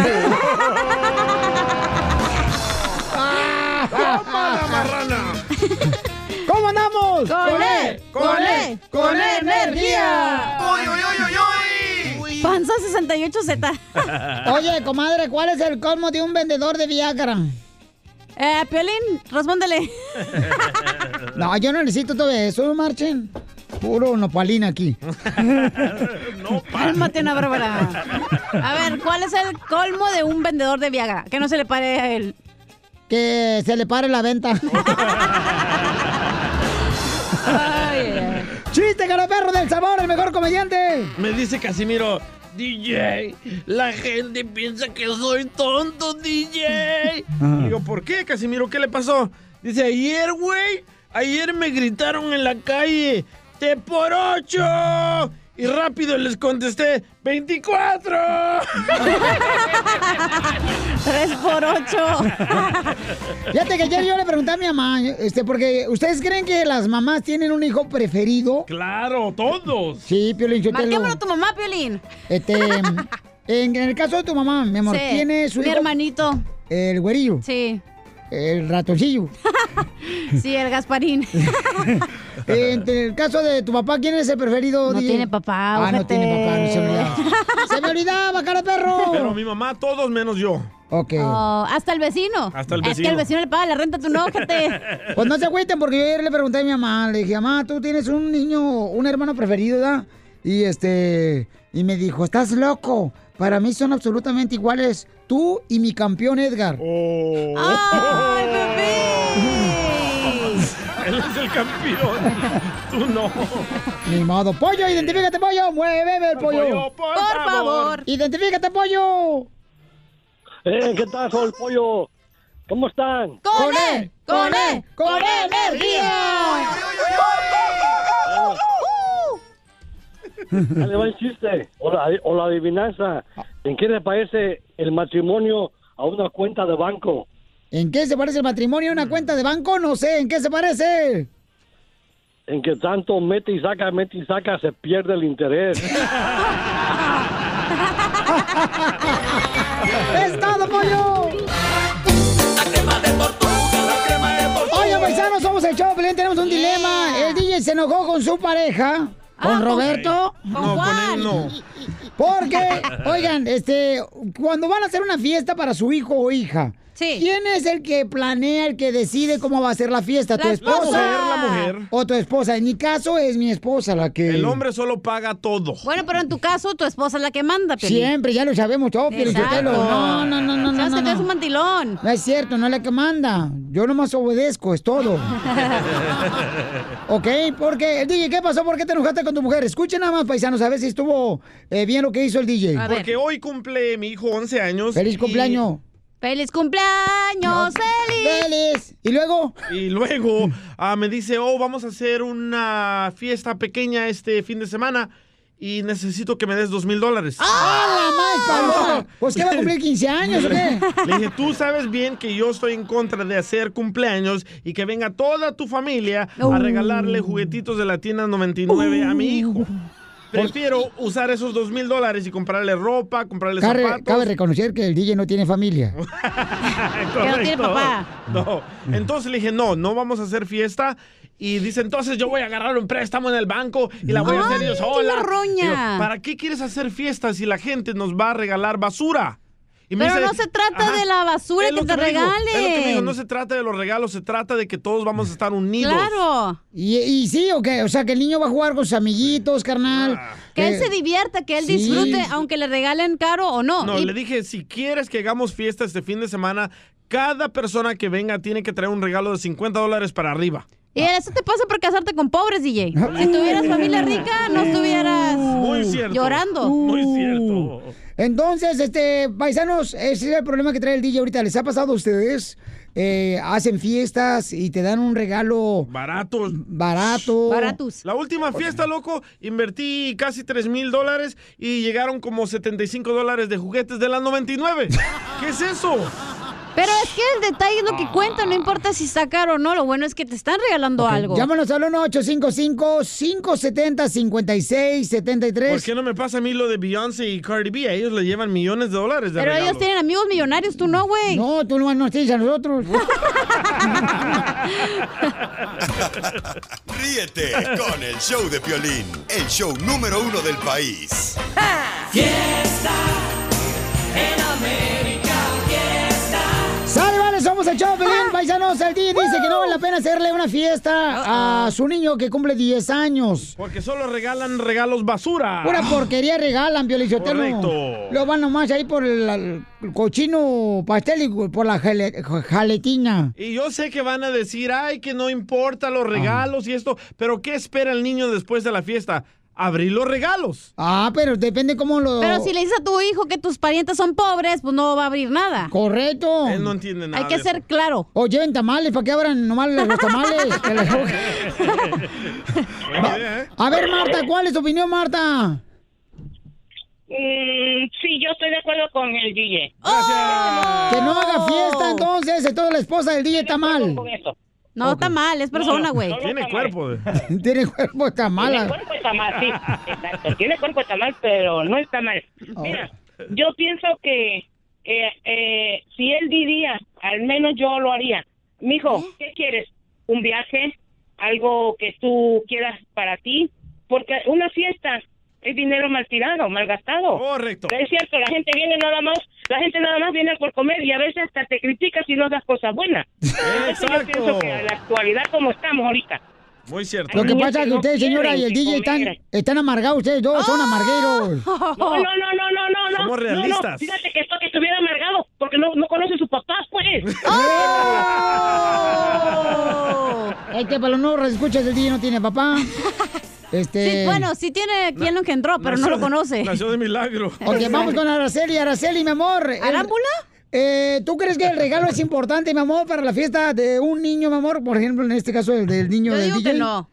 ¡Toma la marrana! ¿Cómo andamos? ¡Con E! ¡Con E! ¡Con E energía! ¡Uy, uy, uy, uy, uy! Panza sesenta y ocho Z. Oye, comadre, ¿cuál es el colmo de un vendedor de Viagra? Eh, Piolín, respóndele. No, yo no necesito todo eso, marchen. Puro nopalín aquí. No, Cálmate, una bárbara. A ver, ¿cuál es el colmo de un vendedor de Viagra? Que no se le pare a él. Que se le pare la venta. Ay, ay. ¡Chiste, cara perro del sabor, el mejor comediante! Me dice Casimiro, D J, la gente piensa que soy tonto, D J. Le digo, ¿por qué, Casimiro? ¿Qué le pasó? Dice, ayer, güey, ayer me gritaron en la calle, ¡te por ocho! Y rápido les contesté, ¡veinticuatro! Tres por ocho. Fíjate que ayer yo le pregunté a mi mamá, este, porque ¿ustedes creen que las mamás tienen un hijo preferido? ¡Claro, todos! Sí, Piolín, yo te lo... Marquémoslo a tu mamá, Piolín. Este, en, en el caso de tu mamá, mi amor, Sí, ¿quién es su mi hijo? hermanito. El güerillo. Sí. El ratoncillo. Sí, el Gasparín. En el caso de tu papá, ¿quién es el preferido? No D J? tiene papá, Ah, no ojete. tiene papá, no se me olvidaba. ¡Se me olvidaba, cara perro! Pero mi mamá, todos menos yo. Ok. Oh, hasta el vecino. Hasta el Es que vecino. el vecino le paga la renta, tú no, ojete. Pues no se agüiten porque yo ayer le pregunté a mi mamá, le dije, mamá, tú tienes un niño, un hermano preferido, ¿verdad? Y este, y me dijo, estás loco, para mí son absolutamente iguales tú y mi campeón Edgar. Oh. ¡Ay, bebé! Él es el campeón. Tú no. Ni modo. Pollo, identifícate, pollo, muéveme el pollo. Pollo, por, Por favor. Identifícate, pollo. Eh, ¿qué tal, soy el pollo? ¿Cómo están? ¡Con E! ¡Con E! ¡Con E energía! Dale, va el chiste. O la, o la adivinanza. ¿En qué le parece el matrimonio a una cuenta de banco? ¿En qué se parece el matrimonio a una cuenta de banco? No sé, ¿en qué se parece? En que tanto mete y saca, mete y saca, se pierde el interés. ¡Es todo, pollo! Oye, paisanos, somos el Choplin, tenemos un dilema. El D J se enojó con su pareja, con Ah, Roberto. No, con él no. Porque, oigan, este, cuando van a hacer una fiesta para su hijo o hija, Sí. ¿quién es el que planea, el que decide cómo va a ser la fiesta? ¿Tu La esposa? esposa. La mujer, la mujer. ¿O tu esposa? En mi caso es mi esposa la que... El hombre solo paga todo. Bueno, pero en tu caso, tu esposa es la que manda, Piolín. Siempre, ya lo sabemos todo, Piolín Exacto. Sotelo. No, no, no, no, no, Sabes no, que tú eres no. un mantilón. No es cierto, no es la que manda. Yo nomás obedezco, es todo. ¿Ok? Porque, el D J, ¿qué pasó? ¿Por qué te enojaste con tu mujer? Escuchen nada más, paisanos, a ver si estuvo eh, bien lo que hizo el D J. A ver. Porque hoy cumple mi hijo once años. ¡Feliz y- cumpleaños! ¡Feliz cumpleaños, feliz! ¡Feliz! ¿Y luego? Y luego ah, me dice, oh, vamos a hacer una fiesta pequeña este fin de semana. y necesito que me des dos mil dólares. ¡Ah, la más paloma! ¿Pues qué va a cumplir quince años o qué? Le dije, tú sabes bien que yo estoy en contra de hacer cumpleaños y que venga toda tu familia Uh. a regalarle juguetitos de la tienda noventa y nueve a mi hijo. Prefiero usar esos dos mil dólares y comprarle ropa, comprarle Cabe, zapatos. cabe reconocer que el D J no tiene familia. Que no tiene papá. No. Entonces le dije, no, no vamos a hacer fiesta. Y dice, entonces yo voy a agarrar un préstamo en el banco y la voy a hacer yo Ay, sola. qué roña. Digo, ¿para qué quieres hacer fiestas si la gente nos va a regalar basura? Y me Pero dice, no se trata ajá, de la basura es que lo te me dijo, regalen. es lo que me dijo, no se trata de los regalos, se trata de que todos vamos a estar unidos. Claro. ¿Y, y sí o qué? O sea, que el niño va a jugar con sus amiguitos, carnal. Que él se divierta, que él Sí. disfrute, aunque le regalen caro o no. No, Y- le dije, si quieres que hagamos fiesta este fin de semana, cada persona que venga tiene que traer un regalo de cincuenta dólares para arriba. Y eso te pasa por casarte con pobres, D J. Si tuvieras familia rica, no estuvieras Muy cierto. llorando. Muy cierto. Entonces, este, paisanos, ese es el problema que trae el D J ahorita. ¿Les ha pasado a ustedes? Eh, hacen fiestas y te dan un regalo Baratos. barato. Baratos. La última fiesta, loco, invertí casi tres mil dólares y llegaron como setenta y cinco dólares de juguetes de la noventa y nueve. ¿Qué es eso? Pero es que el detalle es lo que cuenta, no importa si está caro o no, lo bueno es que te están regalando Ok, algo. Llámanos al uno ocho cinco cinco, cinco siete cero, cinco seis siete ¿Por tres. qué no me pasa a mí lo de Beyoncé y Cardi B? A ellos le llevan millones de dólares de Pero regalos. ellos tienen amigos millonarios, tú no, güey. No, tú no nos tienes a nosotros. Ríete con el show de Piolín, el show número uno del país. Fiesta en América, fiesta. ¡Sale, vale! Somos el show, Pelín, paisanos. El D J dice que no vale la pena hacerle una fiesta a su niño que cumple diez años. Porque solo regalan regalos basura. Pura porquería regalan, Piolichotelo. Correcto. Lo van nomás ahí por el, el cochino pastel y por la jale- jaletina. Y yo sé que van a decir, ay, que no importa los regalos y esto, pero ¿qué espera el niño después de la fiesta? Abrir los regalos. Ah, pero depende cómo lo... Pero si le dices a tu hijo que tus parientes son pobres, pues no va a abrir nada. Correcto. Él no entiende nada. Hay que de ser eso. claro. O lleven tamales, ¿para qué abran nomás los, los tamales? Que les- Buena idea, ¿eh? A ver, Marta, ¿cuál es tu opinión, Marta? Mm, sí, yo estoy de acuerdo con el D J. Gracias. Que no haga fiesta, entonces, entonces la esposa del D J está mal. Con eso. No, está mal, es persona, güey. no, no. Tiene cuerpo. de- Tiene cuerpo, está Tiene mala. cuerpo está mal, sí. Exacto. Tiene cuerpo está mal, pero no está mal. Mira, yo pienso que eh, eh, si él diría, al menos yo lo haría. Mijo, ¿qué quieres? ¿Un viaje? ¿Algo que tú quieras para ti? Porque una fiesta es dinero mal tirado, mal gastado. Correcto. Es cierto, la gente viene nada más, la gente nada más viene por comer y a veces hasta te critica si no das cosas buenas. Entonces yo pienso que a la actualidad como estamos ahorita. Muy cierto. Lo que niños pasa es que que no usted, señora, y el quieren D J están, comer. están amargados, ustedes dos son amargueros. No, no, no, no, no, no, no. Somos No, realistas. no, fíjate que esto que estuviera amargado porque no, no conoce a sus papás, pues. Es que para los nuevos escuchas el D J no tiene papá. Este... Sí, bueno, sí tiene quien lo engendró, pero no lo conoce. Nació de milagro. Ok, vamos con Araceli. Araceli, mi amor. el- ¿Arámbula? Eh, ¿Tú crees que el regalo es importante, mi amor, para la fiesta de un niño, mi amor? Por ejemplo, en este caso, el del niño Yo del digo D J. que no.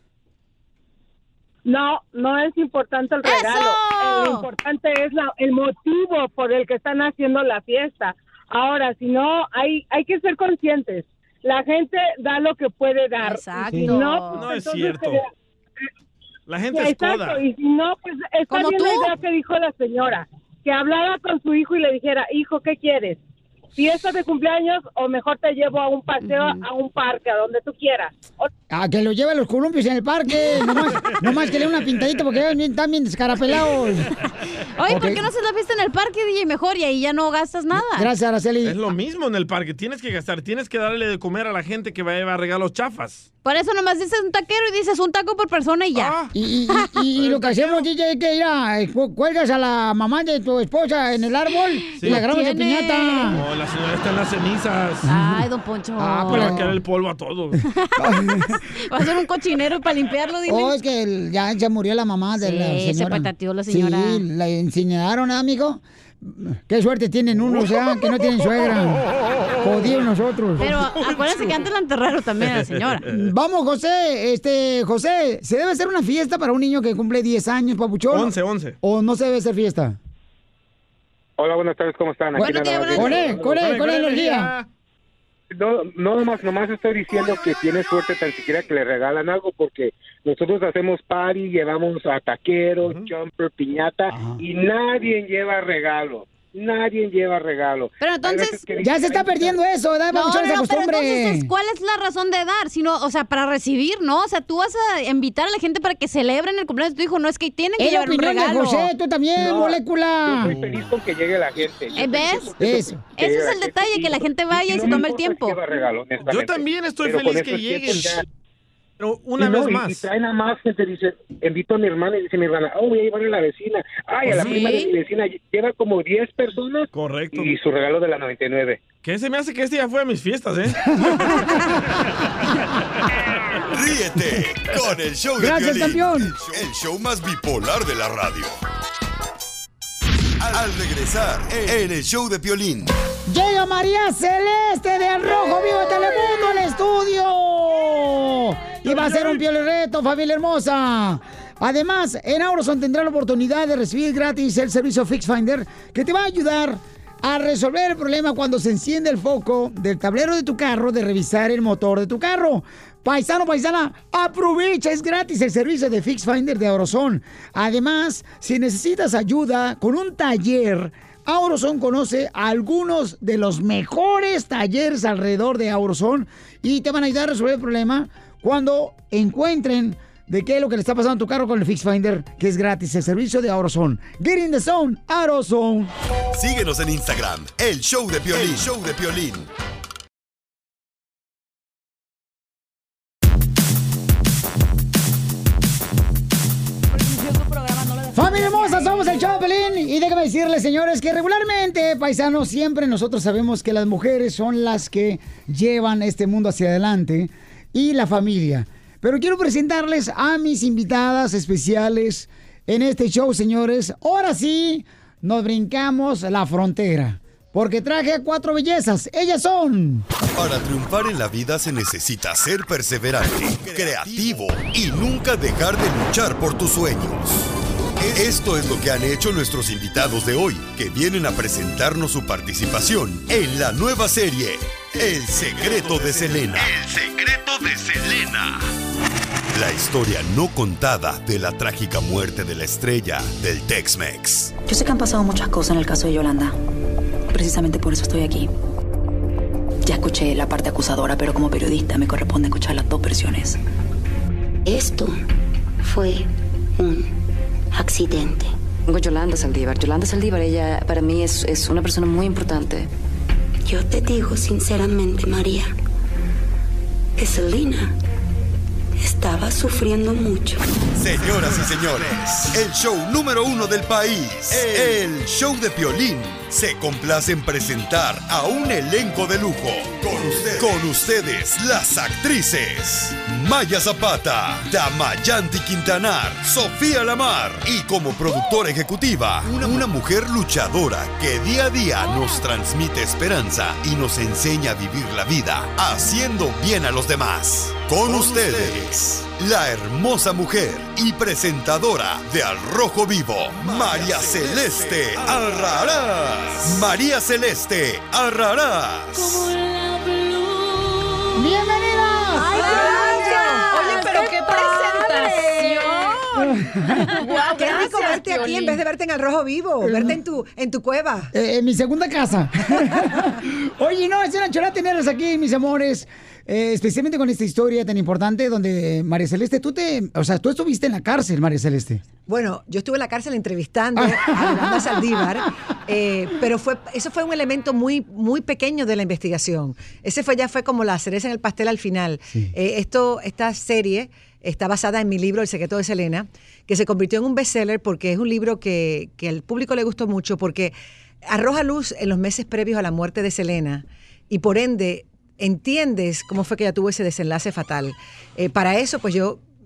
No, no es importante el regalo. ¡Eso! Lo importante es la, el motivo por el que están haciendo la fiesta. Ahora, si no, hay, hay que ser conscientes. La gente da lo que puede dar. Exacto. Y si no, pues, No es entonces, cierto. eh, La gente es Exacto, coda. y si no, pues está ¿Como bien tú? la idea que dijo la señora, que hablara con su hijo y le dijera, hijo, ¿qué quieres? ¿Fiesta de cumpleaños o mejor te llevo a un paseo, a un parque, a donde tú quieras? O- A que lo lleve a los columpios en el parque. Nomás, nomás que le dé una pintadita porque ya bien- están bien descarapelados. Oye, ¿por Ok. qué no haces la fiesta en el parque, D J? Mejor y ahí ya no gastas nada. Gracias, Araceli. Es lo mismo en el parque. Tienes que gastar, tienes que darle de comer a la gente que va a llevar regalos chafas. Por eso nomás dices un taquero y dices un taco por persona y ya. Ah, Y, y- y- y lo que hacemos, D J, es que ir a, eh, cu- cuelgas a la mamá de tu esposa en el árbol Sí. y la agarramos de Tiene. piñata. no, la señora está en las cenizas. Ay, don Poncho. Ah, Le pues va la- a caer el polvo a todo. Va a ser un cochinero para limpiarlo, dile. Oh, es que el- ya se murió la mamá de Sí, la se señora. petateó la señora. Sí, la incineraron, ¿eh, amigo? Qué suerte tienen uno, o sea, que no tienen suegra. Jodidos nosotros. Pero acuérdense que antes la enterraron también a la señora. Vamos, José. Este, José, ¿se debe hacer una fiesta para un niño que cumple diez años, papuchón? once, once. ¿O no se debe hacer fiesta? Hola, buenas tardes, ¿cómo están? Buenos días, buenos días. Con él, con él, con energía. No, no nomás, nomás estoy diciendo que tiene suerte tan siquiera que le regalan algo, porque nosotros hacemos party, llevamos a taqueros, jumper, piñata, y nadie lleva regalo. Nadie lleva regalo. Pero entonces... Ya se está perdiendo eso, ¿verdad? No, Vamos a no, esa no, pero costumbre. entonces, ¿cuál es la razón de dar? Sino, o sea, para recibir, ¿no? O sea, tú vas a invitar a la gente para que celebren el cumpleaños de tu hijo. No es que tienen que Es la llevar un opinión de regalo. José, tú también, No, molécula. Yo estoy feliz con que llegue la gente. ¿Eh, ¿Ves? Eso. Que Ese llegue es la el gente, detalle, que la gente vaya y no se me tome el importa tiempo. si lleva regalo, honestamente. Yo también estoy Pero feliz con que eso lleguen. siento ya- Pero una Y no, vez y- más. Y traen a más gente, dice, invito a mi hermana y dice mi hermana, oh, voy a llevar a la vecina. Ay, a la ¿Sí? prima de mi vecina lleva como diez personas. Correcto. Y su regalo de la noventa y nueve. ¿Qué se me hace que este ya fue a mis fiestas, eh? Ríete con el show de Gracias, Piolín, campeón. El show, el show más bipolar de la radio. Al, al regresar en el show de Piolín. Llega María Celeste de Al Rojo Vivo de Telemundo al estudio. Y va a ser un Piolín reto, familia hermosa. Además, en Auroson tendrá la oportunidad de recibir gratis el servicio Fix Finder, que te va a ayudar a resolver el problema cuando se enciende el foco del tablero de tu carro, de revisar el motor de tu carro. Paisano, paisana, aprovecha, es gratis el servicio de Fix Finder de Auroson. Además, si necesitas ayuda con un taller, Auroson conoce a algunos de los mejores talleres alrededor de Auroson y te van a ayudar a resolver el problema cuando encuentren de qué es lo que le está pasando a tu carro con el Fix Finder, que es gratis, el servicio de Auroson. Get in the zone, Auroson. Síguenos en Instagram, el show de Piolín. El show de Piolín. Familia hermosa, somos el show de Piolín. Y déjame decirles, señores, que regularmente, paisanos, siempre nosotros sabemos que las mujeres son las que llevan este mundo hacia adelante y la familia. Pero quiero presentarles a mis invitadas especiales en este show, señores. Ahora sí, nos brincamos la frontera, porque traje a cuatro bellezas. Ellas son... Para triunfar en la vida se necesita ser perseverante, creativo y nunca dejar de luchar por tus sueños. Esto es lo que han hecho nuestros invitados de hoy, que vienen a presentarnos su participación en la nueva serie El Secreto de Selena. El Secreto de Selena. La historia no contada de la trágica muerte de la estrella del Tex-Mex. Yo sé que han pasado muchas cosas en el caso de Yolanda. Precisamente por eso estoy aquí. Ya escuché la parte acusadora, pero como periodista me corresponde escuchar las dos versiones. Esto fue un accidente. Tengo Yolanda Saldívar. Yolanda Saldívar, ella para mí es, es una persona muy importante. Yo te digo sinceramente, María, que Selena estaba sufriendo mucho. Señoras y señores, el show número uno del país, el show de Piolín, se complace en presentar a un elenco de lujo. Con ustedes, con ustedes las actrices Maya Zapata, Damayanti Quintanar, Sofía Lamar y como productora ejecutiva, una, una mujer luchadora que día a día nos transmite esperanza y nos enseña a vivir la vida haciendo bien a los demás. Con, con ustedes, la hermosa mujer y presentadora de Al Rojo Vivo, María Celeste Arrarás. María Celeste Arrarás. ¡Bienvenidas! ¡Ay, Oye, pero qué presentación. Wow, qué rico verte aquí en vez de verte en Al Rojo Vivo, verte en tu, en tu cueva. Eh, en mi segunda casa. Oye, no, es una chulada tenerlas aquí, mis amores. Eh, especialmente con esta historia tan importante donde María Celeste, tú te, o sea, tú estuviste en la cárcel, María Celeste. Bueno, yo estuve en la cárcel entrevistando a Yolanda Saldívar, eh, pero fue, eso fue un elemento muy, muy pequeño de la investigación. Ese fue ya fue como la cereza en el pastel al final. Sí. Eh, esto, esta serie está basada en mi libro El Secreto de Selena, que se convirtió en un bestseller porque es un libro que, que al público le gustó mucho porque arroja luz en los meses previos a la muerte de Selena y por ende entiendes cómo fue que ella tuvo ese desenlace fatal. Eh, para eso, pues yo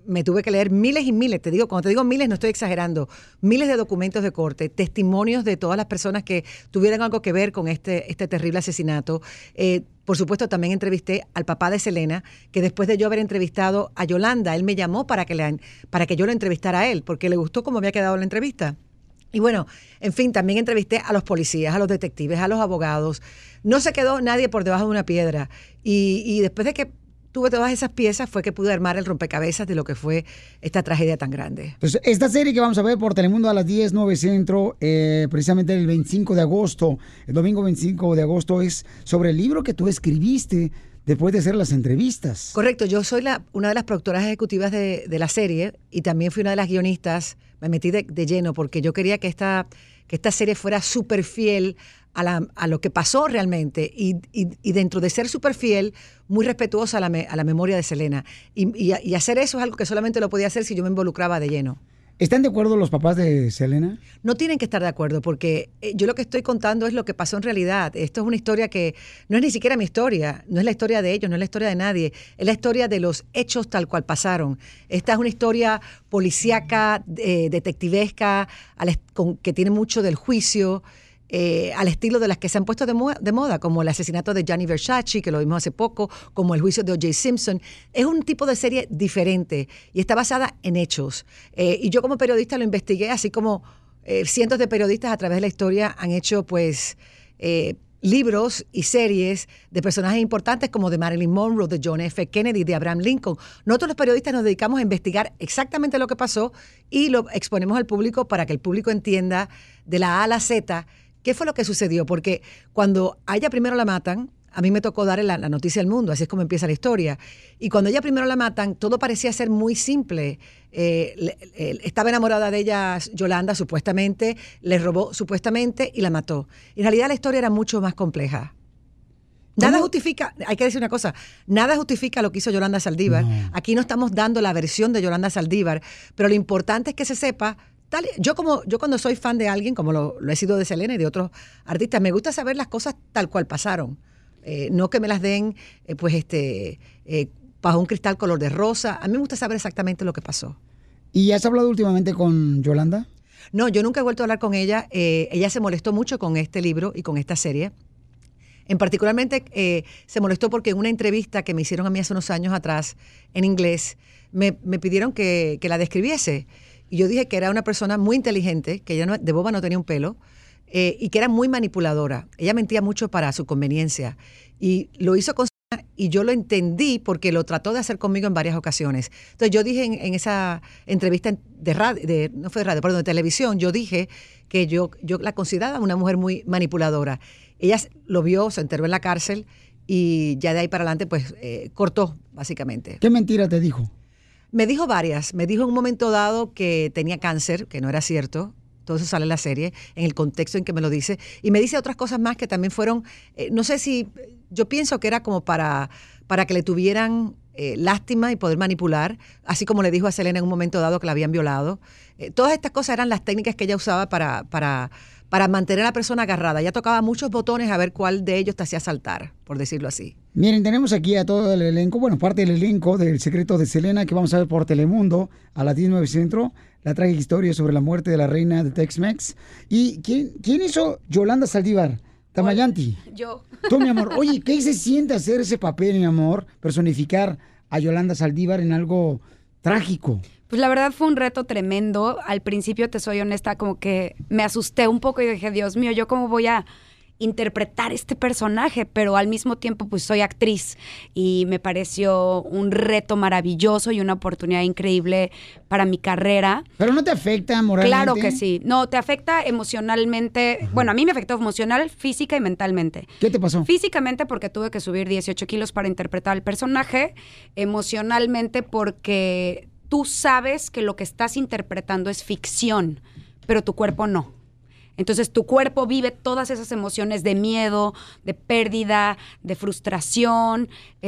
me tuve que leer miles y miles, te digo, cuando te digo miles no estoy exagerando, miles de documentos de corte, testimonios de todas las personas que tuvieran algo que ver con este, este terrible asesinato. Eh, por supuesto, también entrevisté al papá de Selena, que después de yo haber entrevistado a Yolanda, él me llamó para que, le, para que yo lo entrevistara a él, porque le gustó cómo había quedado la entrevista. Y bueno, en fin, también entrevisté a los policías, a los detectives, a los abogados. No se quedó nadie por debajo de una piedra. Y, y después de que tuve todas esas piezas fue que pude armar el rompecabezas de lo que fue esta tragedia tan grande. Entonces, esta serie que vamos a ver por Telemundo a las diez, nueve Centro, eh, precisamente el veinticinco de agosto, el domingo veinticinco de agosto, es sobre el libro que tú escribiste después de hacer las entrevistas. Correcto, yo soy la, una de las productoras ejecutivas de, de la serie y también fui una de las guionistas. Me metí de, de lleno porque yo quería que esta, que esta serie fuera súper fiel a, la, a lo que pasó realmente y, y, y dentro de ser súper fiel, muy respetuosa a la, me, a la memoria de Selena. Y, y, y hacer eso es algo que solamente lo podía hacer si yo me involucraba de lleno. ¿Están de acuerdo los papás de Selena? No tienen que estar de acuerdo porque yo lo que estoy contando es lo que pasó en realidad. Esto es una historia que no es ni siquiera mi historia, no es la historia de ellos, no es la historia de nadie, es la historia de los hechos tal cual pasaron. Esta es una historia policíaca, eh, detectivesca, al, con, que tiene mucho del juicio, Eh, al estilo de las que se han puesto de, mo de moda, como el asesinato de Gianni Versace, que lo vimos hace poco, como el juicio de O J Simpson. Es un tipo de serie diferente y está basada en hechos. Eh, y yo como periodista lo investigué, así como eh, cientos de periodistas a través de la historia han hecho pues eh, libros y series de personajes importantes como de Marilyn Monroe, de John F. Kennedy, de Abraham Lincoln. Nosotros los periodistas nos dedicamos a investigar exactamente lo que pasó y lo exponemos al público para que el público entienda de la A a la Z qué fue lo que sucedió, porque cuando a ella primero la matan, a mí me tocó darle la, la noticia al mundo, así es como empieza la historia. Y cuando ella primero la matan, todo parecía ser muy simple. Eh, le, le, estaba enamorada de ella Yolanda, supuestamente, le robó supuestamente y la mató. En realidad la historia era mucho más compleja. Nada ¿Cómo? justifica, hay que decir una cosa, nada justifica lo que hizo Yolanda Saldívar. No. Aquí no estamos dando la versión de Yolanda Saldívar, pero lo importante es que se sepa. Tal, yo como yo cuando soy fan de alguien, como lo, lo he sido de Selena y de otros artistas, me gusta saber las cosas tal cual pasaron. Eh, no que me las den eh, pues este eh, bajo un cristal color de rosa. A mí me gusta saber exactamente lo que pasó. ¿Y has hablado últimamente con Yolanda? No, yo nunca he vuelto a hablar con ella. Eh, ella se molestó mucho con este libro y con esta serie. En particularmente eh, se molestó porque en una entrevista que me hicieron a mí hace unos años atrás en inglés, me, me pidieron que, que la describiese. Y yo dije que era una persona muy inteligente, que ella no, de boba no tenía un pelo, eh, y que era muy manipuladora. Ella mentía mucho para su conveniencia. Y lo hizo con... Y yo lo entendí porque lo trató de hacer conmigo en varias ocasiones. Entonces yo dije en, en esa entrevista de radio, de, no fue de radio, perdón, de televisión, yo dije que yo, yo la consideraba una mujer muy manipuladora. Ella lo vio, se enteró en la cárcel y ya de ahí para adelante pues eh, cortó, básicamente. ¿Qué mentira te dijo? Me dijo varias. Me dijo en un momento dado que tenía cáncer, que no era cierto. Todo eso sale en la serie, en el contexto en que me lo dice. Y me dice otras cosas más que también fueron, eh, no sé si, yo pienso que era como para, para que le tuvieran eh, lástima y poder manipular, así como le dijo a Selena en un momento dado que la habían violado. Eh, todas estas cosas eran las técnicas que ella usaba para, para, para mantener a la persona agarrada. Ella tocaba muchos botones a ver cuál de ellos te hacía saltar, por decirlo así. Miren, tenemos aquí a todo el elenco, bueno, parte del elenco del Secreto de Selena, que vamos a ver por Telemundo a las diez nueve Centro, la trágica historia sobre la muerte de la reina de Tex-Mex. ¿Y quién, quién hizo Yolanda Saldívar? Tamayanti. Yo. Tú, mi amor. Oye, ¿qué se siente hacer ese papel, mi amor? Personificar a Yolanda Saldívar en algo trágico. Pues la verdad fue un reto tremendo. Al principio, te soy honesta, como que me asusté un poco y dije, Dios mío, ¿yo cómo voy a interpretar este personaje? Pero al mismo tiempo pues soy actriz y me pareció un reto maravilloso y una oportunidad increíble para mi carrera. ¿Pero no te afecta moralmente? Claro que sí. No, te afecta emocionalmente. Uh-huh. Bueno, a mí me afectó emocional, física y mentalmente. ¿Qué te pasó? Físicamente porque tuve que subir dieciocho kilos para interpretar al personaje. Emocionalmente porque tú sabes que lo que estás interpretando es ficción, pero tu cuerpo no. Entonces tu cuerpo vive todas esas emociones de miedo, de pérdida, de frustración,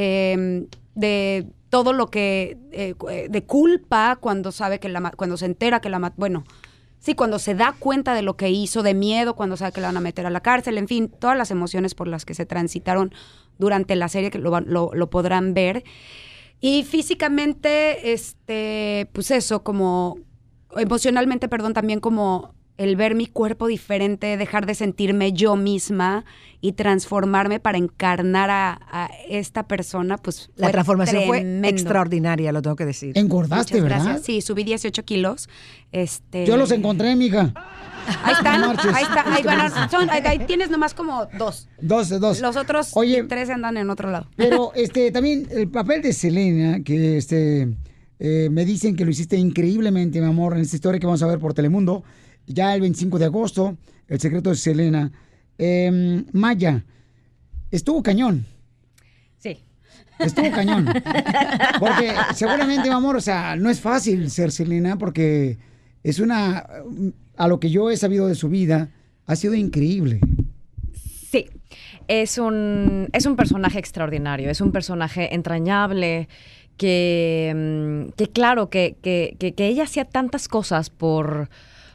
eh, de todo lo que, eh, de culpa cuando sabe que la, cuando se entera que la, bueno, sí, cuando se da cuenta de lo que hizo, de miedo, cuando sabe que la van a meter a la cárcel, en fin, todas las emociones por las que se transitaron durante la serie, que lo, lo, lo podrán ver. Y físicamente, este, pues eso, como emocionalmente, perdón, también como el ver mi cuerpo diferente, dejar de sentirme yo misma y transformarme para encarnar a, a esta persona, pues La fue transformación tremendo. fue extraordinaria, lo tengo que decir. Engordaste, Muchas ¿verdad? gracias. Sí, subí dieciocho kilos. Este... Yo los encontré, mija. Ahí están, No marches. ahí está, ahí, bueno, son, ahí, ahí tienes nomás como dos. Dos, dos. Los otros Oye, tres andan en otro lado. Pero este también el papel de Selena, que este eh, me dicen que lo hiciste increíblemente, mi amor, en esta historia que vamos a ver por Telemundo, ya el veinticinco de agosto, El secreto de Selena. Eh, Maya, estuvo cañón. Sí. Estuvo cañón. Porque seguramente, mi amor, o sea, no es fácil ser Selena porque es una, a lo que yo he sabido de su vida, ha sido increíble. Sí, es un, es un personaje extraordinario, es un personaje entrañable, que, que claro, que, que, que, que ella hacía tantas cosas por,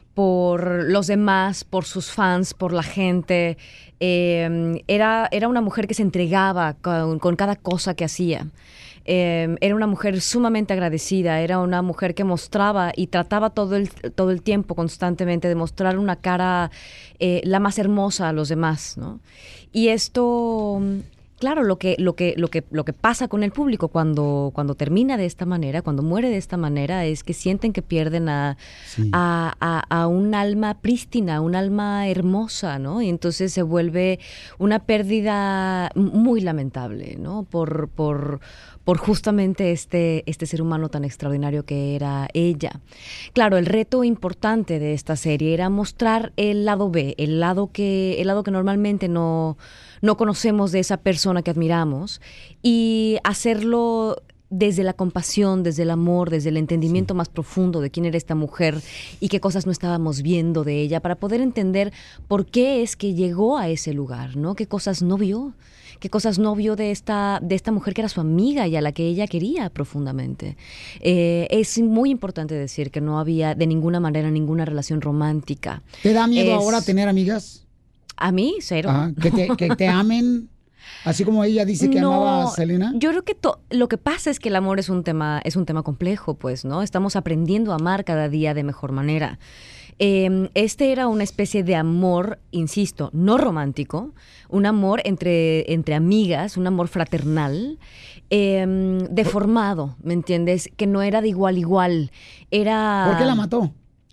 por los demás, por sus fans, por la gente. Eh, era, era una mujer que se entregaba con, con cada cosa que hacía. Eh, era una mujer sumamente agradecida, era una mujer que mostraba y trataba todo el, todo el tiempo constantemente de mostrar una cara eh, la más hermosa a los demás, ¿no? Y esto, claro, lo que, lo que, lo que, lo que pasa con el público cuando, cuando termina de esta manera, cuando muere de esta manera, es que sienten que pierden a, sí. a, a, a un alma prístina, un alma hermosa, ¿no? Y entonces se vuelve una pérdida muy lamentable, ¿no? Por, por, por justamente este, este ser humano tan extraordinario que era ella. Claro, el reto importante de esta serie era mostrar el lado B, el lado que, el lado que normalmente no, no conocemos de esa persona que admiramos, y hacerlo desde la compasión, desde el amor, desde el entendimiento más profundo de quién era esta mujer y qué cosas no estábamos viendo de ella, para poder entender por qué es que llegó a ese lugar, ¿no? Qué cosas no vio, qué cosas no vio de esta, de esta mujer que era su amiga y a la que ella quería profundamente. Eh, es muy importante decir que no había de ninguna manera ninguna relación romántica. ¿Te da miedo Es- ahora tener amigas? A mí, cero. Ajá, que te, que te amen, así como ella dice que No, amaba a Selena. Yo creo que to- lo que pasa es que el amor es un tema, es un tema complejo, pues, ¿no? Estamos aprendiendo a amar cada día de mejor manera. Eh, este era una especie de amor, insisto, no romántico, un amor entre, entre amigas, un amor fraternal, eh, deformado, ¿me entiendes? Que no era de igual a igual. Era... ¿Por qué la mató?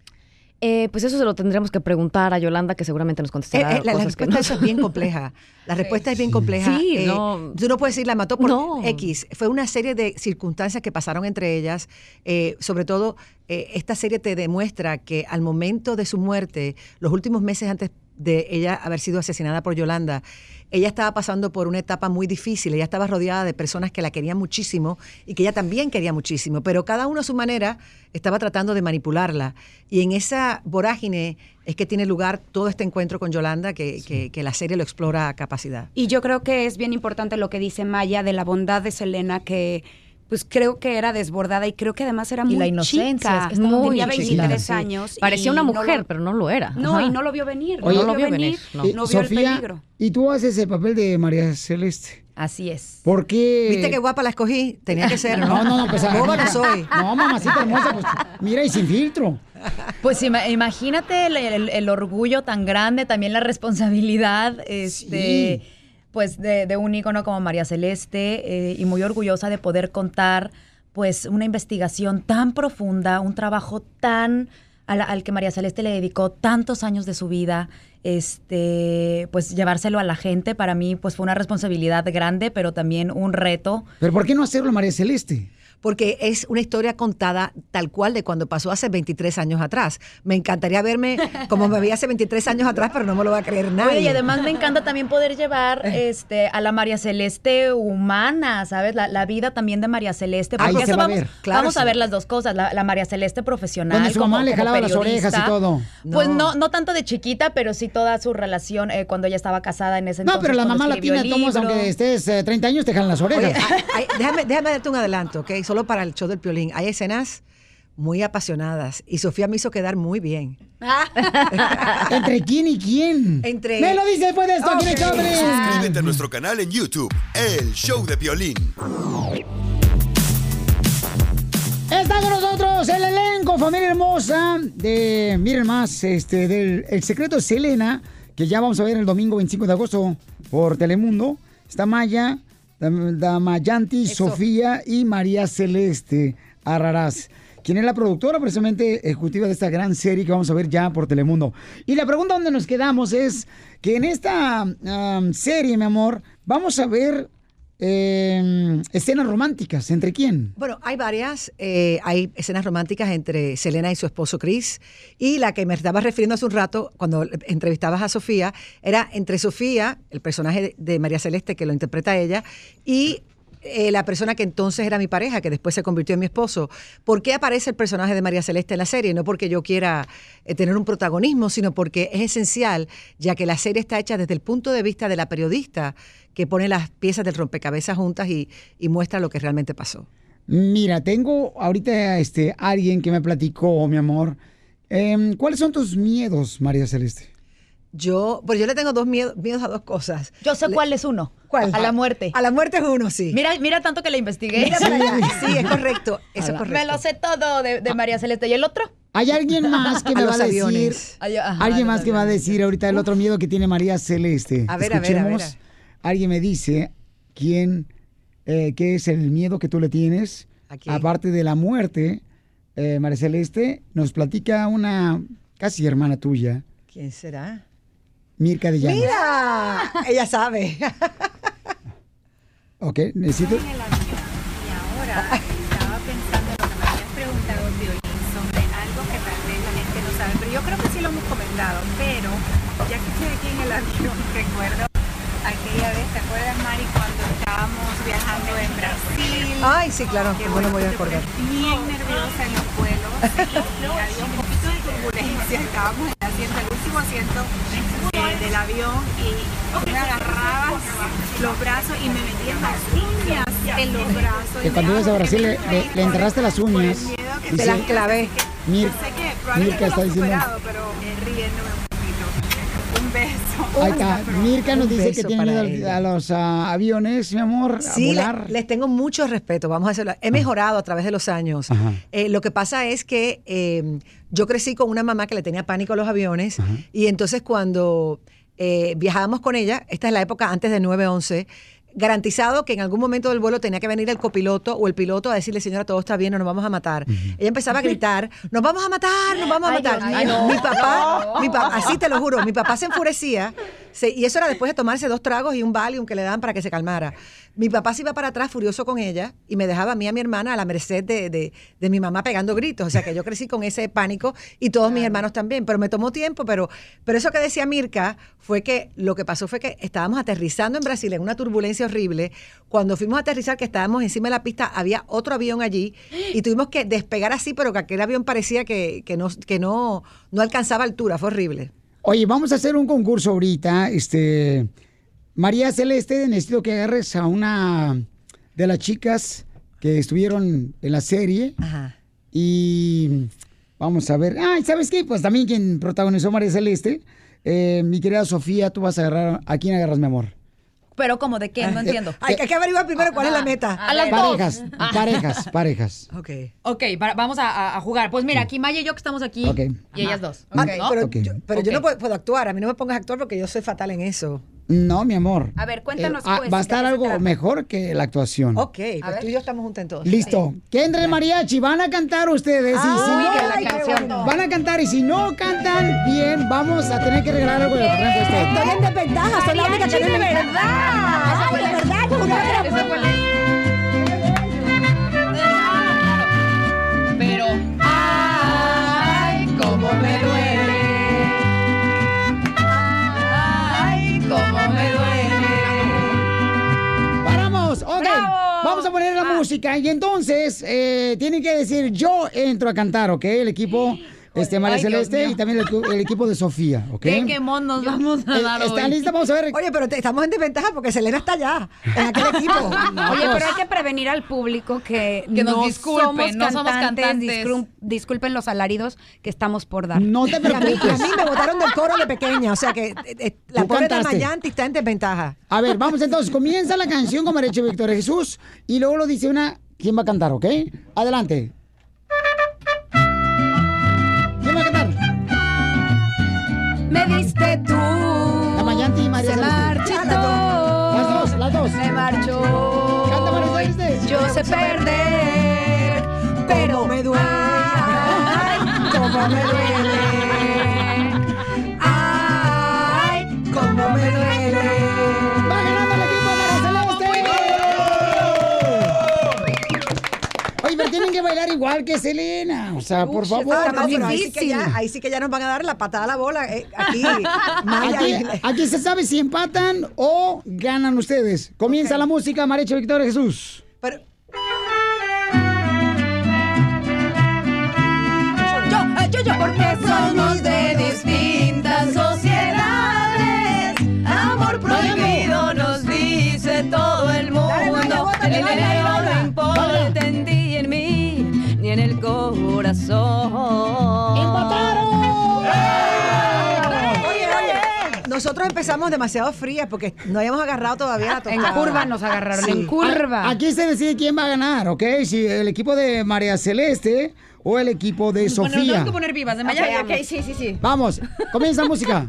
Eh, pues eso se lo tendremos que preguntar a Yolanda, que seguramente nos contestará Eh, eh, la, la cosas que respuesta no a eso es bien compleja. La respuesta es bien compleja. Sí, Eh, no. Tú no puedes decir la mató por No. X. Fue una serie de circunstancias que pasaron entre ellas. Eh, sobre todo, eh, esta serie te demuestra que al momento de su muerte, los últimos meses antes de ella haber sido asesinada por Yolanda, ella estaba pasando por una etapa muy difícil. Ella estaba rodeada de personas que la querían muchísimo y que ella también quería muchísimo, pero cada uno a su manera estaba tratando de manipularla. Y en esa vorágine es que tiene lugar todo este encuentro con Yolanda, que, que, que la serie lo explora a capacidad. Y yo creo que es bien importante lo que dice Maya de la bondad de Selena, que pues creo que era desbordada y creo que además era Y muy la inocencia, chica. es que estaba Muy muy tenía chiquita. veintitrés Sí. años. Parecía y una no mujer, lo- pero no lo era. No, Ajá. y no lo vio venir. Oye, no lo vio venir. Eh, No vio el Sofía, peligro. y tú haces el papel de María Celeste. Así es. ¿Por qué? ¿Viste qué guapa la escogí? Tenía que ser, ¿no? No, no, no, pues Boba no soy. No, mamacita hermosa, pues mira, y sin filtro. Pues ima- imagínate el, el- el orgullo tan grande, también la responsabilidad, este, pues de, de un ícono como María Celeste, eh, y muy orgullosa de poder contar, pues, una investigación tan profunda, un trabajo tan al, al que María Celeste le dedicó tantos años de su vida, este, pues llevárselo a la gente para mí, pues fue una responsabilidad grande, pero también un reto. ¿Pero por qué no hacerlo María Celeste? Porque es una historia contada tal cual de cuando pasó hace veintitrés años atrás. Me encantaría verme como me veía hace veintitrés años atrás, pero no me lo va a creer nadie. Oye, y además me encanta también poder llevar este, a la María Celeste humana, ¿sabes? La, la vida también de María Celeste. Ahí Porque se eso va a vamos, ver. Claro, vamos a sí. ver las dos cosas. La, la María Celeste profesional. Donde su como- mamá le como jalaba las periodista. orejas y todo. Pues No. no, no tanto de chiquita, pero sí toda su relación eh, cuando ella estaba casada en ese No, entonces. pero la cuando mamá escribió latina, el tomos, libro. aunque estés eh, treinta años, te jalan las Oye, orejas. ay, ay, déjame, déjame darte un adelanto, ¿ok? Solo para el show del Piolín. Hay escenas muy apasionadas y Sofía me hizo quedar muy bien. ¿Entre quién y quién? Entre... Me lo dice después de esto, aquí en el Ok. show, Piolín. Suscríbete a nuestro canal en YouTube, El Show de Piolín. Está con nosotros el elenco, familia hermosa, de, miren más, este, del El Secreto de Selena, que ya vamos a ver el domingo veinticinco de agosto por Telemundo. Está Maya, Dam- Damayanti, Sofía y María Celeste Arrarás, quien es la productora precisamente ejecutiva de esta gran serie que vamos a ver ya por Telemundo. Y la pregunta donde nos quedamos es que en esta um, serie, mi amor, vamos a ver eh, escenas románticas. ¿Entre quién? Bueno, hay varias. eh, hay escenas románticas entre Selena y su esposo Chris. Y la que me estaba refiriendo hace un rato, cuando entrevistabas a Sofía, era entre Sofía, el personaje de, de María Celeste, que lo interpreta ella, y eh, la persona que entonces era mi pareja, que después se convirtió en mi esposo. ¿Por qué aparece el personaje de María Celeste en la serie? No porque yo quiera eh, tener un protagonismo, sino porque es esencial, ya que la serie está hecha desde el punto de vista de la periodista que pone las piezas del rompecabezas juntas y, y muestra lo que realmente pasó. Mira, tengo ahorita este, alguien que me platicó, mi amor. Em, ¿Cuáles son tus miedos, María Celeste? Yo, pues yo le tengo dos miedos, miedos a dos cosas. Yo sé cuál es uno. ¿Cuál? A la muerte. A la muerte es uno, sí. Mira, mira tanto que la investigué. Mira para allá. Sí, es correcto. Eso es Me correcto. lo sé todo de, de María Celeste. ¿Y el otro? ¿Hay alguien más que me A va a los decir? aviones. Ay, ajá, Alguien los más que va a aviones. decir ahorita el otro miedo que tiene María Celeste. A ver, a ver, a ver. Escuchemos. Alguien me dice quién, eh, qué es el miedo que tú le tienes. Aquí. Aparte de la muerte, eh, María Celeste, nos platica una casi hermana tuya, ¿Quién será? Mirka de Llanos. ¡Mira! Ella sabe. Ok, necesito... Y ahora estaba pensando en lo que me habías preguntado, Piolín, sobre algo que tal vez la gente no sabe, pero yo creo que sí lo hemos comentado, pero ya que estoy aquí en el avión, recuerdo aquella vez, ¿te acuerdas, Mari, cuando estábamos viajando en Brasil? Ay, sí, claro, Que no lo voy a te acordar. pones bien nerviosa en los vuelos, y había un poquito de turbulencia, estábamos en el asiento, el último asiento eh, del avión, y tú me agarrabas los brazos y me metías las uñas en los brazos. Que cuando ibas a Brasil le, le- le enterraste las uñas. Te las clavé. Mir, Sé que probablemente Mirka lo está has diciendo... superado, pero eh, riéndome un poquito. Un beso. Ahí está. Mirka nos Un dice que beso tiene para miedo ella. a los ah, aviones, mi amor, Sí, a le- volar. les tengo mucho respeto, vamos a hacerlo. He mejorado a través de los años. Ajá. Eh, lo que pasa es que eh, yo crecí con una mamá que le tenía pánico a los aviones y entonces cuando eh, viajábamos con ella, esta es la época antes de nueve once, garantizado que en algún momento del vuelo tenía que venir el copiloto o el piloto a decirle, señora, todo está bien, no nos vamos a matar. Ella empezaba a gritar, nos vamos a matar, nos vamos a Ay, matar. Dios mío. mi papá, No. mi papá, así te lo juro, mi papá se enfurecía se- y eso era después de tomarse dos tragos y un Valium que le daban para que se calmara. Mi papá se iba para atrás furioso con ella y me dejaba a mí y a mi hermana a la merced de, de- de mi mamá pegando gritos. O sea que yo crecí con ese pánico y todos mis hermanos también. Pero me tomó tiempo, pero, pero eso que decía Mirka fue que lo que pasó fue que estábamos aterrizando en Brasil en una turbulencia horrible. Cuando fuimos a aterrizar, que estábamos encima de la pista, había otro avión allí y tuvimos que despegar así, pero que aquel avión parecía que, que, no, que no, no alcanzaba altura. Fue horrible. Oye, vamos a hacer un concurso ahorita. Este, María Celeste, necesito que agarres a una de las chicas que estuvieron en la serie. Ajá. Y vamos a ver. Ay, ¿sabes qué? Pues también quien protagonizó María Celeste, eh, mi querida Sofía, tú vas a agarrar. ¿A quién agarras, mi amor? Pero como de qué, no entiendo. Hay, hay que averiguar primero cuál es la meta. A las dos. Parejas, parejas, parejas. Ok. Ok, para- vamos a, a- a jugar. Pues mira, aquí Maya y yo que estamos aquí. Ok. Y ellas dos. Ah, Ok, ¿no? pero Ok. yo, pero yo Ok. no puedo, puedo actuar. A mí no me pongas a actuar porque yo soy fatal en eso. No, mi amor. A ver, cuéntanos, Eh, ah, pues, va a ¿de estar qué se algo trata? mejor que la actuación. Ok, pues tú y yo estamos juntos en todo. Listo. Que entre el mariachi. Van a cantar ustedes. Y si Ay, no, que la canción. van a cantar. Y si no cantan bien, vamos a tener que regalar algo de la Franco este. Estoy en desventaja. Soy la única que de no me- verdad. Ay, de verdad, yo juraba que era- Esa fue la- Pero, ay, cómo me duele. Ay, cómo me duele. ¡Paramos! Ok. ¡Bravo! Vamos a poner la música. Y entonces, eh, tienen que decir, yo entro a cantar, ¿ok? El equipo, este, María Ay, Dios Celeste mío. y también el, el equipo de Sofía, ¿ok? ¿Qué quemón nos vamos a Eh, dar ¿Está hoy? lista? Vamos a ver. Oye, pero te- estamos en desventaja porque Selena está allá, en aquel equipo. No, Oye, pues, pero hay que prevenir al público que, Que nos no disculpen, somos no somos cantantes, cantantes. discul- disculpen los alaridos que estamos por dar. no te Y a, mí, y a preocupes. mí me botaron del coro de pequeña, o sea que eh, eh, la Tú pobre cantaste. Damayanti está en desventaja. A ver, vamos entonces. Comienza la canción con María Victoria Jesús y luego lo dice una. ¿Quién va a cantar, ok? Adelante. me diste tú. La Mayanti y María Se Celeste. marchitó. Las dos, las dos. Se marchó. Canta, María Celeste. Yo sé perder, pero me duele. Ay, cómo me duele. Ay, cómo me duele. ¡Va ganando el equipo María Celeste! Oye, pero tienen que bailar igual que Selena. O sea, por favor. Ah, no, también. pero ahí, sí que ya, ahí sí que ya nos van a dar la patada a la bola. eh, aquí, Maya Aquí, y- aquí se sabe si empatan o ganan ustedes. Comienza la música, Marecho Victoria Jesús. Pero, Yo, eh, yo, yo, porque somos de distintas sociedades. Amor prohibido nos dice todo el mundo. El dinero no importa en ti y en mí, ni en el corazón. ¡Empataron! Oye, oye, nosotros empezamos demasiado frías porque no habíamos agarrado todavía la En tostada. curva nos agarraron, en curva. A- Aquí se decide quién va a ganar, ¿ok? Si el equipo de María Celeste o el equipo de Bueno, nos Sofía. tenemos que poner vivas, de Miami. Ok, ok, sí, sí, sí. Vamos, comienza la música.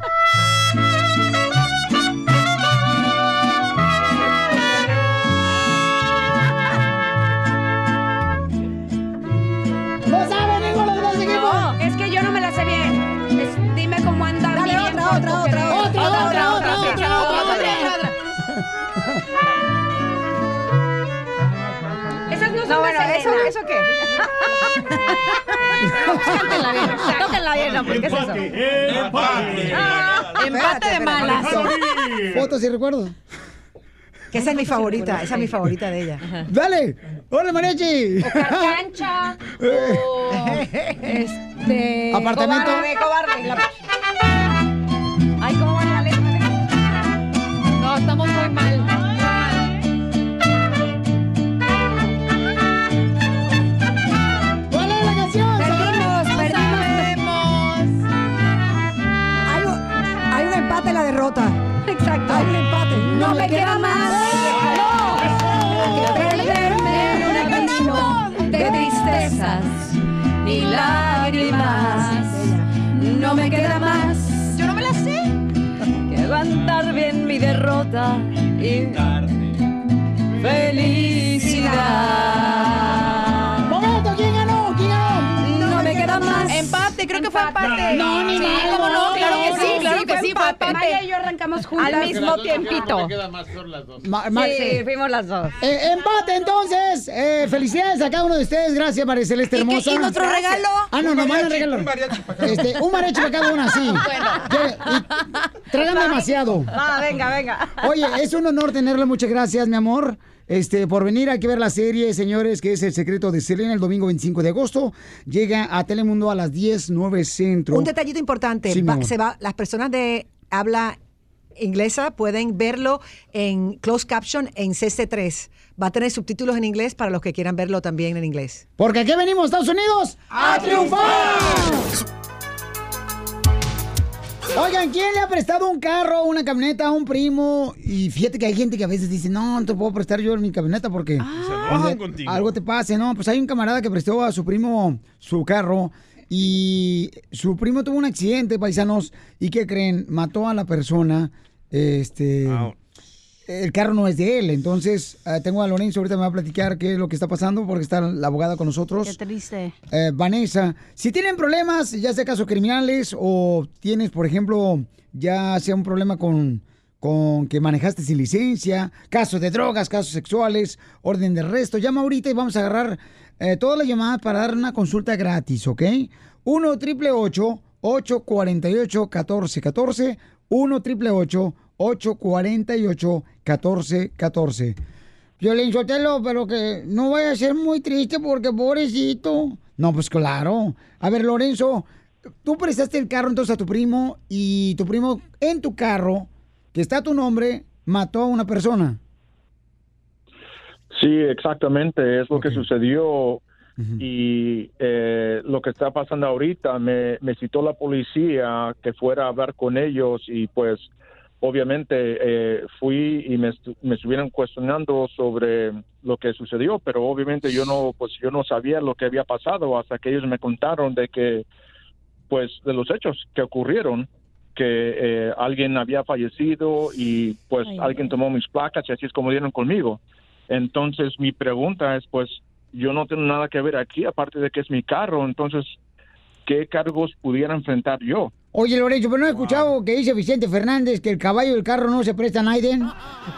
¡No saben ninguno de los dos equipos! No, es que yo no me la sé bien. Es- dime cómo anda mi Dale, bien otra, corto, otra, que- otra, otra, otra, otra, sí, otra, otra, otra, otra. Esas no son No, de bueno, Selena. ¿eso, ¿eso qué? Cántenla bien, tóquenla bien, no, porque ¿qué es eso? Ah, empate de malas. Fotos y recuerdos. Que esa es mi favorita, esa es mi favorita de ella. ¡Dale! ¡Hola, Mariachi! O Carcancha. O este. Apartamento. Cobarde, cobarde. La- Ay, ¿cómo va la letra? No, estamos muy mal. ¿Cuál es la canción? Perdimos, perdimos. Hay un, hay un empate en la derrota. Exacto. Hay un empate. No me queda más. Que perderme en un abismo de tristezas y lágrimas. No me queda más. Yo no me la sé. Que aguantar bien mi derrota y felicidad. ¡Momento! ¿Quién ganó? ¿Quién ganó? No me queda más. Empate, creo que fue empate. No, ni Sí, mal, cómo no, no, claro que no, sí, no, claro sí, que fue sí, fue empate. empate. Maya y yo arrancamos juntas. Al mismo tiempito. Ma- ma- Sí, fuimos las dos. Eh, empate entonces. Eh, felicidades a cada uno de ustedes. Gracias, María Celeste ¿Y qué- hermosa. y nuestro regalo? Ah, no, nos van a regalar. Este, un mariachi para cada una, sí. Que- y traigan demasiado. Ah, venga, venga. Oye, es un honor tenerla. Muchas gracias, mi amor. Este, por venir aquí a ver la serie, señores, que es El Secreto de Selena, el domingo veinticinco de agosto. Llega a Telemundo a las diez, nueve centro. Un detallito importante, Sí, mi va- amor. se va, las personas de habla inglesa pueden verlo en closed caption en C C tres. Va a tener subtítulos en inglés para los que quieran verlo también en inglés. Porque aquí venimos, Estados Unidos, a triunfar. Oigan, ¿quién le ha prestado un carro, una camioneta a un primo? Y fíjate que hay gente que a veces dice, no, no te puedo prestar yo mi camioneta porque enojan donde contigo. algo te pase, ¿no? Pues hay un camarada que prestó a su primo su carro y su primo tuvo un accidente, paisanos, y ¿qué creen? Mató a la persona, este... El carro no es de él, entonces eh, tengo a Lorenzo, ahorita me va a platicar qué es lo que está pasando porque está la abogada con nosotros. Qué triste. Eh, Vanessa, si tienen problemas, ya sea casos criminales o tienes, por ejemplo, ya sea un problema con, con que manejaste sin licencia, casos de drogas, casos sexuales, orden de arresto, llama ahorita y vamos a agarrar eh, todas las llamadas para dar una consulta gratis, ¿ok? uno triple ocho, ocho cuatro ocho, uno cuatro uno cuatro, uno triple ocho, ocho cuatro ocho, uno cuatro uno cuatro. Violín Sotelo, pero que no vaya a ser muy triste porque pobrecito. No, pues claro. A ver, Lorenzo, tú prestaste el carro entonces a tu primo y tu primo en tu carro, que está tu nombre, mató a una persona. Sí, exactamente, es lo que sucedió. Y eh, lo que está pasando ahorita, me, me citó la policía que fuera a hablar con ellos y pues obviamente eh, fui y me, estu- me estuvieron cuestionando sobre lo que sucedió, pero obviamente yo no, pues yo no sabía lo que había pasado hasta que ellos me contaron de que, pues de los hechos que ocurrieron que eh, alguien había fallecido y pues Ay, alguien tomó mis placas y así es como dieron conmigo. Entonces mi pregunta es, pues yo no tengo nada que ver aquí, aparte de que es mi carro, entonces, ¿qué cargos pudiera enfrentar yo? Oye, Lorenzo, pero no he escuchado que dice Vicente Fernández que el caballo y el carro no se prestan a Aiden.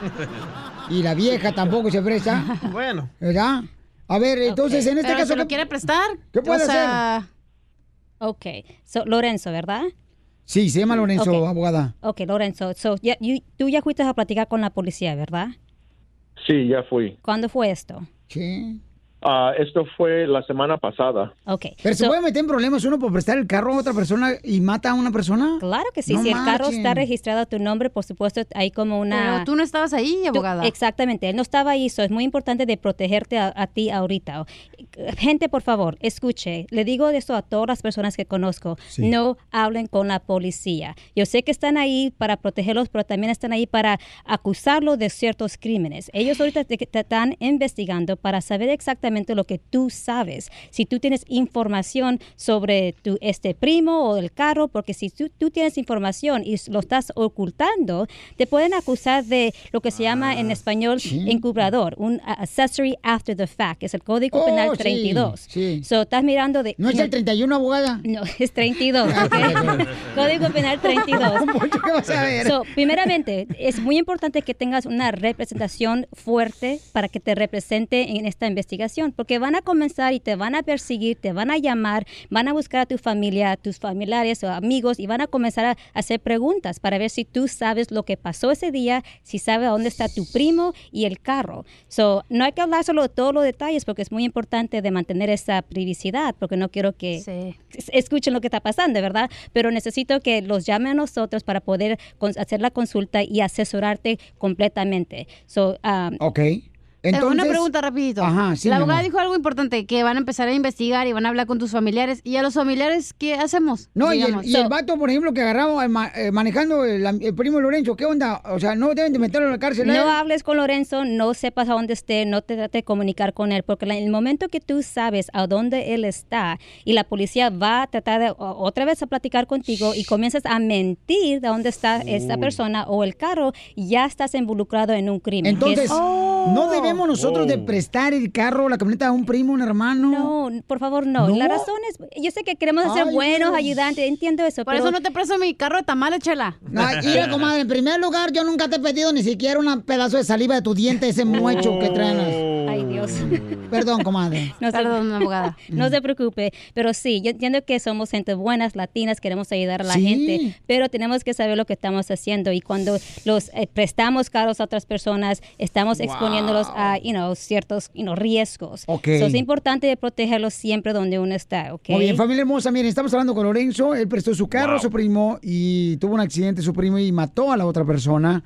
Y la vieja tampoco se presta. Bueno. ¿Verdad? A ver, entonces, Ok. en este Pero caso... ¿se lo ¿qué- quiere prestar? ¿Qué puede O sea, hacer? Ok, so, Lorenzo, ¿verdad? Sí, se llama Lorenzo, Ok. abogada. Ok, Lorenzo, so, ya- you- tú ya fuiste a platicar con la policía, ¿verdad? Sí, ya fui. ¿Cuándo fue esto? Sí. Ah, esto fue la semana pasada. Ok. Pero se puede meter en problemas uno por prestar el carro a otra persona y mata a una persona. Claro que sí, No si el carro marchen. está registrado a tu nombre, por supuesto, hay como una... Pero tú no estabas ahí, Tú- abogada. exactamente, él no estaba ahí, so es muy importante de protegerte a, a ti ahorita. Gente, por favor, escuche, le digo esto a todas las personas que conozco, Sí. no hablen con la policía. Yo sé que están ahí para protegerlos, pero también están ahí para acusarlos de ciertos crímenes. Ellos ahorita te, te están investigando para saber exactamente lo que tú sabes. Si tú tienes información sobre tu este primo o el carro, porque si tú, tú tienes información y lo estás ocultando, te pueden acusar de lo que se llama en español encubrador, un a- accessory after the fact, es el Código Oh, Penal sí, treinta y dos. sí. So, estás mirando de... ¿No es el treinta y uno, abogada? No, es treinta y dos, ¿ok? Código Penal treinta y dos. ¿Qué vas a ver? So, primeramente, es muy importante que tengas una representación fuerte para que te represente en esta investigación, porque van a comenzar y te van a perseguir, te van a llamar, van a buscar a tu familia, a tus familiares o amigos y van a comenzar a hacer preguntas para ver si tú sabes lo que pasó ese día, si sabes dónde está tu primo y el carro. So, no hay que hablar solo de todos los detalles porque es muy importante de mantener esa privacidad, porque no quiero que es- escuchen lo que está pasando, ¿verdad? Pero necesito que los llame a nosotros para poder con- hacer la consulta y asesorarte completamente. So, um, Ok. Eh, Entonces, una pregunta rapidito. Ajá, sí, la mi abogada amor. dijo algo importante, que van a empezar a investigar y van a hablar con tus familiares. ¿Y a los familiares qué hacemos? No, y el, Digamos. y el vato, por ejemplo, que agarramos al ma- eh, manejando el, el primo Lorenzo, ¿qué onda? O sea, no deben de meterlo en la cárcel. ¿eh? No hables con Lorenzo, no sepas a dónde esté, no te trate de comunicar con él, porque la- en el momento que tú sabes a dónde él está y la policía va a tratar de o- otra vez a platicar contigo y comienzas a mentir de dónde está esta Uy. persona o el carro, ya estás involucrado en un crimen. que Entonces, es- Oh. ¿no debemos nosotros de prestar el carro o la camioneta a un primo, un hermano? No, por favor, no. ¿No? La razón es, yo sé que queremos ser Ay, buenos, Dios. ayudantes, entiendo eso. Por pero- eso no te presto mi carro de tamales, chela. Ay, mira, comadre, en primer lugar, yo nunca te he pedido ni siquiera un pedazo de saliva de tu diente, ese muecho que traen. Ay, Dios. Perdón, comadre. No se, Perdón, abogada. no se preocupe, pero sí, yo entiendo que somos gente buenas, latinas, queremos ayudar a la Sí. gente, pero tenemos que saber lo que estamos haciendo y cuando los eh, prestamos carros a otras personas, estamos exponiéndolos a, you know, ciertos, you know, riesgos. Ok. So, es importante protegerlos siempre donde uno está, ¿ok? Muy bien, familia hermosa, miren, estamos hablando con Lorenzo, él prestó su carro a su primo y tuvo un accidente su primo y mató a la otra persona.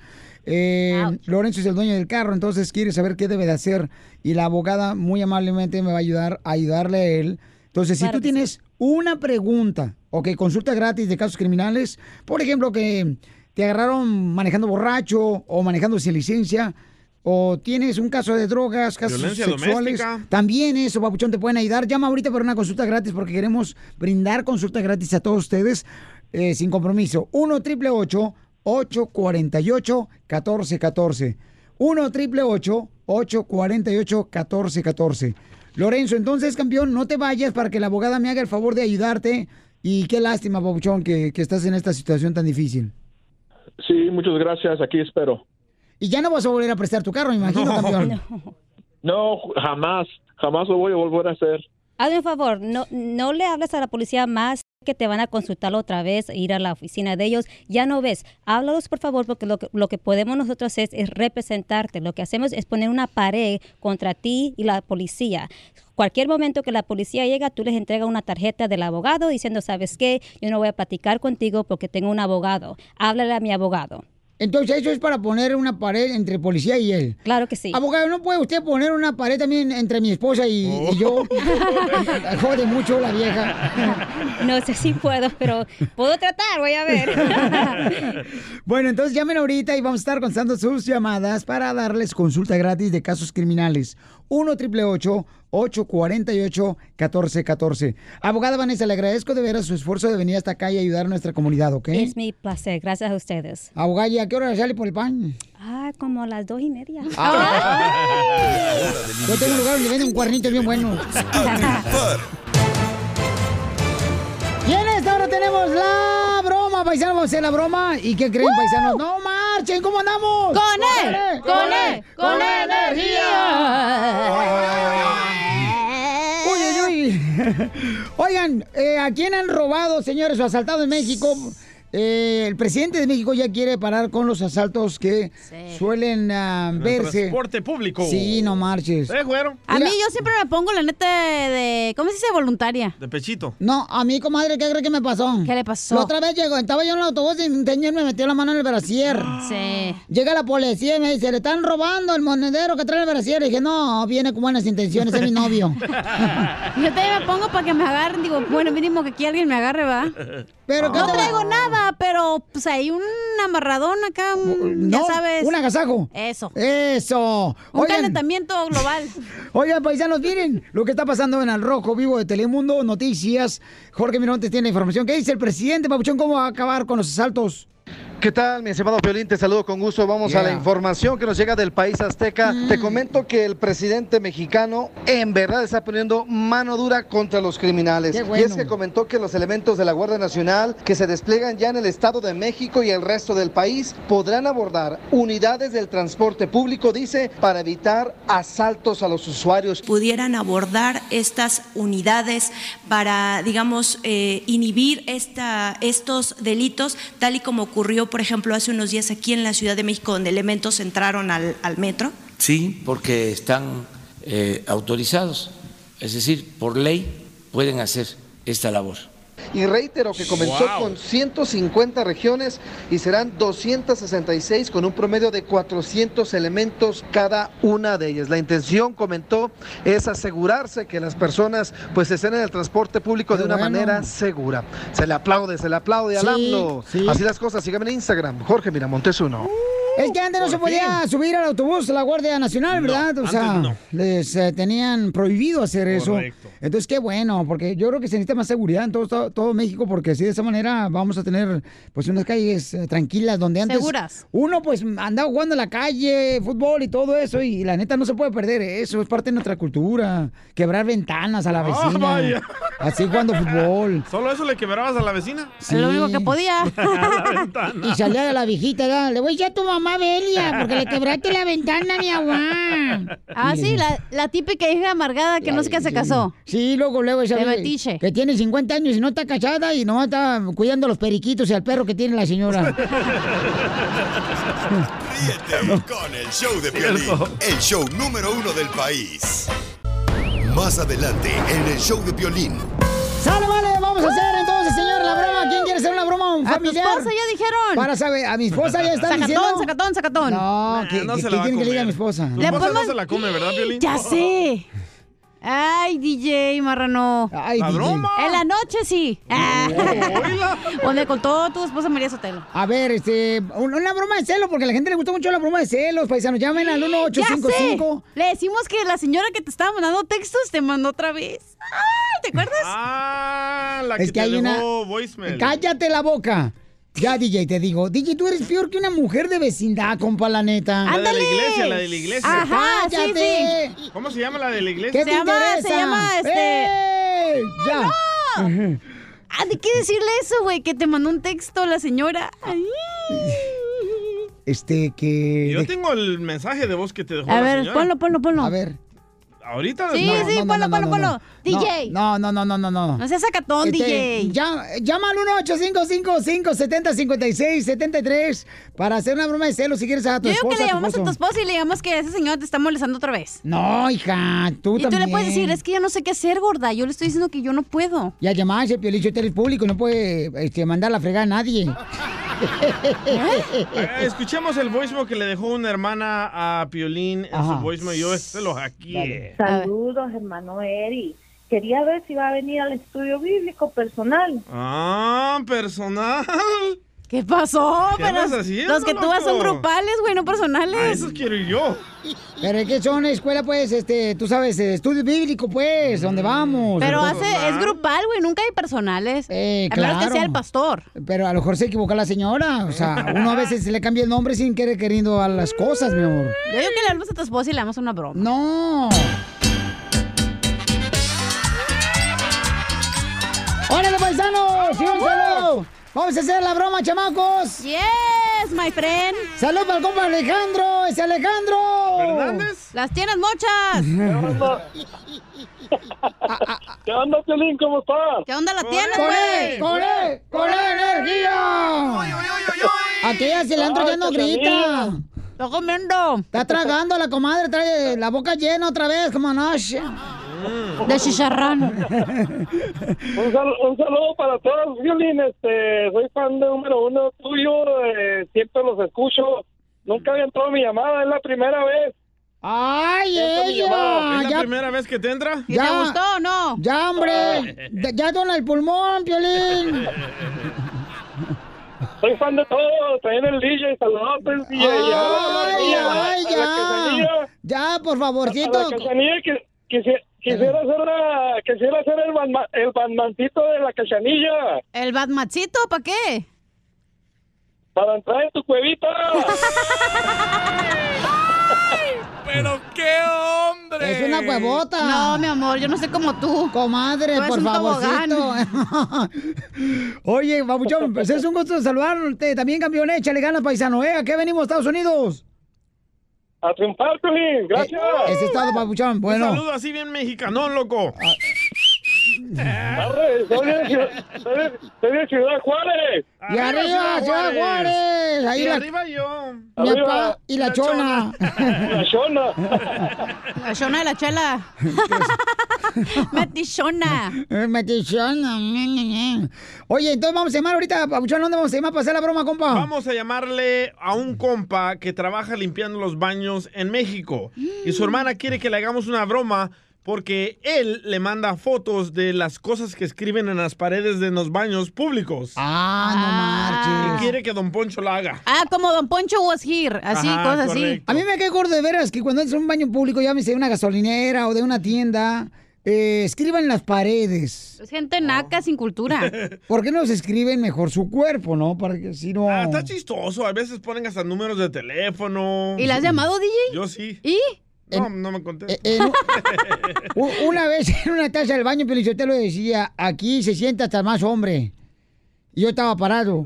Eh, Lorenzo es el dueño del carro, entonces quiere saber qué debe de hacer y la abogada muy amablemente me va a ayudar a ayudarle a él. Entonces, si Claro tú que tienes una pregunta, ok, consulta gratis de casos criminales, por ejemplo, que te agarraron manejando borracho o manejando sin licencia, o tienes un caso de drogas, casos Violencia sexuales, doméstica. también eso, papuchón, te pueden ayudar. Llama ahorita para una consulta gratis porque queremos brindar consulta gratis a todos ustedes eh, sin compromiso. uno triple ocho ocho cuatro ocho uno cuatro uno cuatro. uno triple ocho ocho cuatro ocho uno cuatro uno cuatro. Lorenzo, entonces, campeón, no te vayas para que la abogada me haga el favor de ayudarte. Y qué lástima, papuchón, que, que estás en esta situación tan difícil. Sí, muchas gracias, aquí espero. Y ya no vas a volver a prestar tu carro, me imagino, campeón. No, jamás, jamás lo voy a volver a hacer. Hazme un favor, no, no le hables a la policía más que te van a consultar otra vez, ir a la oficina de ellos, ya no ves, háblalos por favor, porque lo que, lo que podemos nosotros es, es representarte, lo que hacemos es poner una pared contra ti y la policía. Cualquier momento que la policía llega, tú les entregas una tarjeta del abogado diciendo, ¿sabes qué? Yo no voy a platicar contigo porque tengo un abogado, háblale a mi abogado. Entonces, eso es para poner una pared entre policía y él. Claro que sí. Abogado, ¿no puede usted poner una pared también entre mi esposa y, y yo? Jode mucho la vieja. No sé si puedo, pero puedo tratar, voy a ver. Bueno, entonces llamen ahorita y vamos a estar contestando sus llamadas para darles consulta gratis de casos criminales. uno triple ocho, ocho cuatro ocho, uno cuatro uno cuatro. Abogada Vanessa, le agradezco de veras su esfuerzo de venir hasta acá y ayudar a nuestra comunidad, ¿ok? Es mi placer, gracias a ustedes. Abogada, ¿y a qué hora sale por el pan? Ah, como a las dos y media. Yo tengo un lugar donde venden un cuernito bien bueno. Y en esta hora tenemos la broma, paisanos. Vamos a hacer la broma. ¿Y qué creen, paisanos? ¡No marchen! ¿Cómo andamos? ¡Con él! ¡Con él! ¡Con energía! ¡Uy, uy, uy! Oigan, eh, ¿a quién han robado, señores, o asaltado en México? Eh, el presidente de México ya quiere parar con los asaltos que sí. suelen uh, En el verse. transporte público. Sí, no marches. ¿Eh, güero? A mí yo siempre me pongo la neta de, de- ¿cómo se dice? Voluntaria. De pechito. No, a mí, comadre, ¿qué cree que me pasó? ¿Qué le pasó? La otra vez llegó, estaba yo en el autobús y un señor me metió la mano en el brasier. Sí. Llega la policía y me dice, le están robando el monedero que trae el brasier. Y dije, no, viene con buenas intenciones, es mi novio. Yo también me pongo para que me agarren. Digo, bueno, mínimo que aquí alguien me agarre, ¿va? Pero no traigo nada, pero pues hay un amarradón acá, un- ya No, sabes. un agasajo. Eso. Eso. Un Oigan. calentamiento global. Oigan, paisanos, miren lo que está pasando en Al Rojo Vivo de Telemundo Noticias. Jorge Miramontes tiene la información. ¿Qué dice el presidente, Papuchón? ¿Cómo va a acabar con los asaltos? ¿Qué tal, mi estimado Piolín? Te saludo con gusto. Vamos Yeah. a la información que nos llega del país azteca. Mm. Te comento que el presidente mexicano en verdad está poniendo mano dura contra los criminales. Qué bueno. Y es que comentó que los elementos de la Guardia Nacional que se despliegan ya en el Estado de México y el resto del país podrán abordar unidades del transporte público, dice, para evitar asaltos a los usuarios. Pudieran abordar estas unidades para, digamos, eh, inhibir esta, estos delitos, tal y como ocurrió, por ejemplo, hace unos días aquí en la Ciudad de México, donde elementos entraron al, al metro? Sí, porque están eh, autorizados, es decir, por ley pueden hacer esta labor. Y reitero que comenzó Wow. con ciento cincuenta regiones y serán doscientas sesenta y seis con un promedio de cuatrocientos elementos cada una de ellas. La intención, comentó, es asegurarse que las personas pues estén en el transporte público Qué de una bueno. manera segura. Se le aplaude, se le aplaude al Sí, AMLO. sí. Así las cosas, síganme en Instagram, Jorge Miramontes uno. Es que antes no se podía subir al autobús la Guardia Nacional, ¿verdad? O sea, antes no. les eh, tenían prohibido hacer eso. Correcto. Entonces, qué bueno, porque yo creo que se necesita más seguridad en todo, todo, todo México, porque así de esa manera vamos a tener pues unas calles eh, tranquilas donde antes Seguras. uno pues andaba jugando en la calle, fútbol y todo eso, y la neta no se puede perder eso, es parte de nuestra cultura. Quebrar ventanas a la Ah, vecina. vaya. Así jugando fútbol. ¿Solo eso le quebrabas a la vecina? Sí. Lo único que podía. La ventana. Y salía de la viejita, ¿verdad? Le voy a decir a tu mamá, Belia, porque le quebraste la ventana a mi mamá. Ah, sí, la, la típica hija amargada que no sé qué se casó. Sí, luego, luego esa De vez metiche. que tiene cincuenta años y no está casada y no está cuidando los periquitos y al perro que tiene la señora. Ríete con el show de Piolín, el show número uno del país. Más adelante en el show de Piolín. ¡Sale, vale! Vamos a hacer entonces, señor, la broma. ¿Quién quiere hacer una broma? ¿Un A tu familiar? esposa ya dijeron. Para saber, a mi esposa ya está Sacatón, diciendo. sacatón, sacatón. No, que, no que- se que la va a tiene que le diga a mi comer. esposa. Tu Le esposa podemos- no se la come, ¿verdad, Piolín? Ya sé. Ay, D J Marrano. Ay, ¿La D J. broma? En la noche sí. Ah. oíla. Donde contó tu esposa María Sotelo. A ver, este, un- una broma de celos, porque a la gente le gusta mucho la broma de celos, paisanos. Llamen al uno ocho Ya cinco cinco. sé. Le decimos que la señora que te estaba mandando textos te mandó otra vez. Ay, ¿te acuerdas? Ah, la que, Es que te hay dejó una. voicemail. Cállate la boca. Ya, D J, te digo. D J, tú eres peor que una mujer de vecindad, compa, la neta. La de la iglesia, la de la iglesia. Ajá, sí, ¡Cállate! sí. ¿Cómo se llama la de la iglesia? ¿Qué Se te llama- interesa? se llama, este- ¡Ey! Ya. Ah, ¿de qué decirle eso, güey? Que te mandó un texto la señora. Ay. Este, que... Yo de- tengo el mensaje de voz que te dejó A la ver, señora. ponlo, ponlo, ponlo. A ver. ¿Ahorita? Sí, No. sí, ponlo, ponlo, ponlo. D J. No, no, no, no, no, no. No seas sacatón, Este, D J. ya- llama al uno ocho cinco cinco cinco siete cero cinco seis siete tres para hacer una broma de celos si quieres a tu Yo digo esposa. que le a tu llamamos a tu esposo. esposa y le digamos que esa señora te está molestando otra vez. No, hija, tú Y también. tú le puedes decir, es que yo no sé qué hacer, gorda. Yo le estoy diciendo que yo no puedo. Ya llamaste, Piolín, tú eres público, no puede este, mandar la fregada a nadie. Eh, Escuchemos el voicemail que le dejó una hermana a Piolín en Ajá. su voicemail. Yo se lo hackeé. Saludos, hermano Eri. Quería ver si va a venir al estudio bíblico personal. Ah, personal. ¿Qué pasó? ¿Qué Pero andas haciendo, los que tú vas son loco? grupales, güey, no personales. A esos quiero ir yo. Pero es que son escuela, pues, este, tú sabes, eh, estudio bíblico, pues, donde vamos. Pero Entonces, hace, es grupal, güey, nunca hay personales. Eh, A menos claro. que sea el pastor. Pero a lo mejor se equivocó la señora. O sea, uno a veces se le cambia el nombre sin querer queriendo a las cosas, mi amor. Yo digo que le hablamos a tu esposa y le damos una broma. ¡No! ¡Órale, paisanos! ¡Sí, un saludo! Vamos a hacer la broma, chamacos. Yes, my friend. ¡Salud para el compa Alejandro! ¡Ese Alejandro! ¿Fernández? Las tienes mochas. ¿Qué onda? ¿Qué onda, Piolín? ¿Cómo estás? ¿Qué onda la tienes, ¡Con güey? él! ¡Con él! ¡Con él, energía! Aquella cilantro ya no Ay, grita. Cachanilla. Estoy comiendo. Está tragando la comadre, trae la boca llena otra vez, como anoche. De chicharrón. Un, sal- un saludo para todos, Violín. Este, soy fan de número uno tuyo. Eh, siempre los escucho. Nunca había entrado mi llamada, es la primera vez. ¡Ay, Esta es mi llamada. ella! ¿Es la primera vez que te entra? ¿Y te gustó o no? ¡Ya, hombre! De- ¡Ya dona el pulmón, Piolín! Soy fan de todos. También el D J, saludos, el D J. Y a la ¡Ay, Cachanilla, ay, a la Cachanilla, ya! Ya, por a favorcito. la Cachanilla, que, quisiera, quisiera hacer la, quisiera hacer el, Batman- el Batmancito de la Cachanilla. ¿El Batmancito? ¿Para qué? Para entrar en tu cuevita. ¡Pero qué hombre! Es una huevota. No, mi amor, yo no sé como tú. Comadre, Tú eres por un favorcito. Oye, babuchón, pues es un gusto saludarte. También, campeón, échale ganas, paisano, ¿eh? ¿A qué venimos, Estados Unidos? A triunfar, Piolín. Gracias. Eh, ese es todo, babuchón. Bueno. Un saludo así bien mexicanón, loco. Arre, soy de, Ciudad- soy de- soy de Ciudad Juárez. ¡Y arriba, Ciudad Juárez! Ahí y la, arriba yo. mi Arriba. papá y la, La chona. La Shona. La chona de la chela. Metichona. Eh, Metichona. Oye, entonces vamos a llamar ahorita, babuchón, ¿dónde vamos a llamar para hacer la broma, compa? Vamos a llamarle a un compa que trabaja limpiando los baños en México. Y su hermana quiere que le hagamos una broma porque él le manda fotos de las cosas que escriben en las paredes de los baños públicos. Ah, no Y marches. quiere que Don Poncho la haga. Ah, como Don Poncho was here. Así, Ajá, cosas así. correcto. A mí me cae gordo de veras que cuando es un baño público, llámese de una gasolinera o de una tienda, eh, escriban en las paredes. Es gente naca sin cultura. ¿Por qué no se escriben mejor su cuerpo, no? Para que si no... Ah, está chistoso. A veces ponen hasta números de teléfono. ¿Y la has llamado, D J? Yo sí. ¿Y? No, no me contesta. Eh, eh, no. U- Una vez en una taza del baño, Pelichotelo decía, aquí se sienta hasta más hombre. Y yo estaba parado.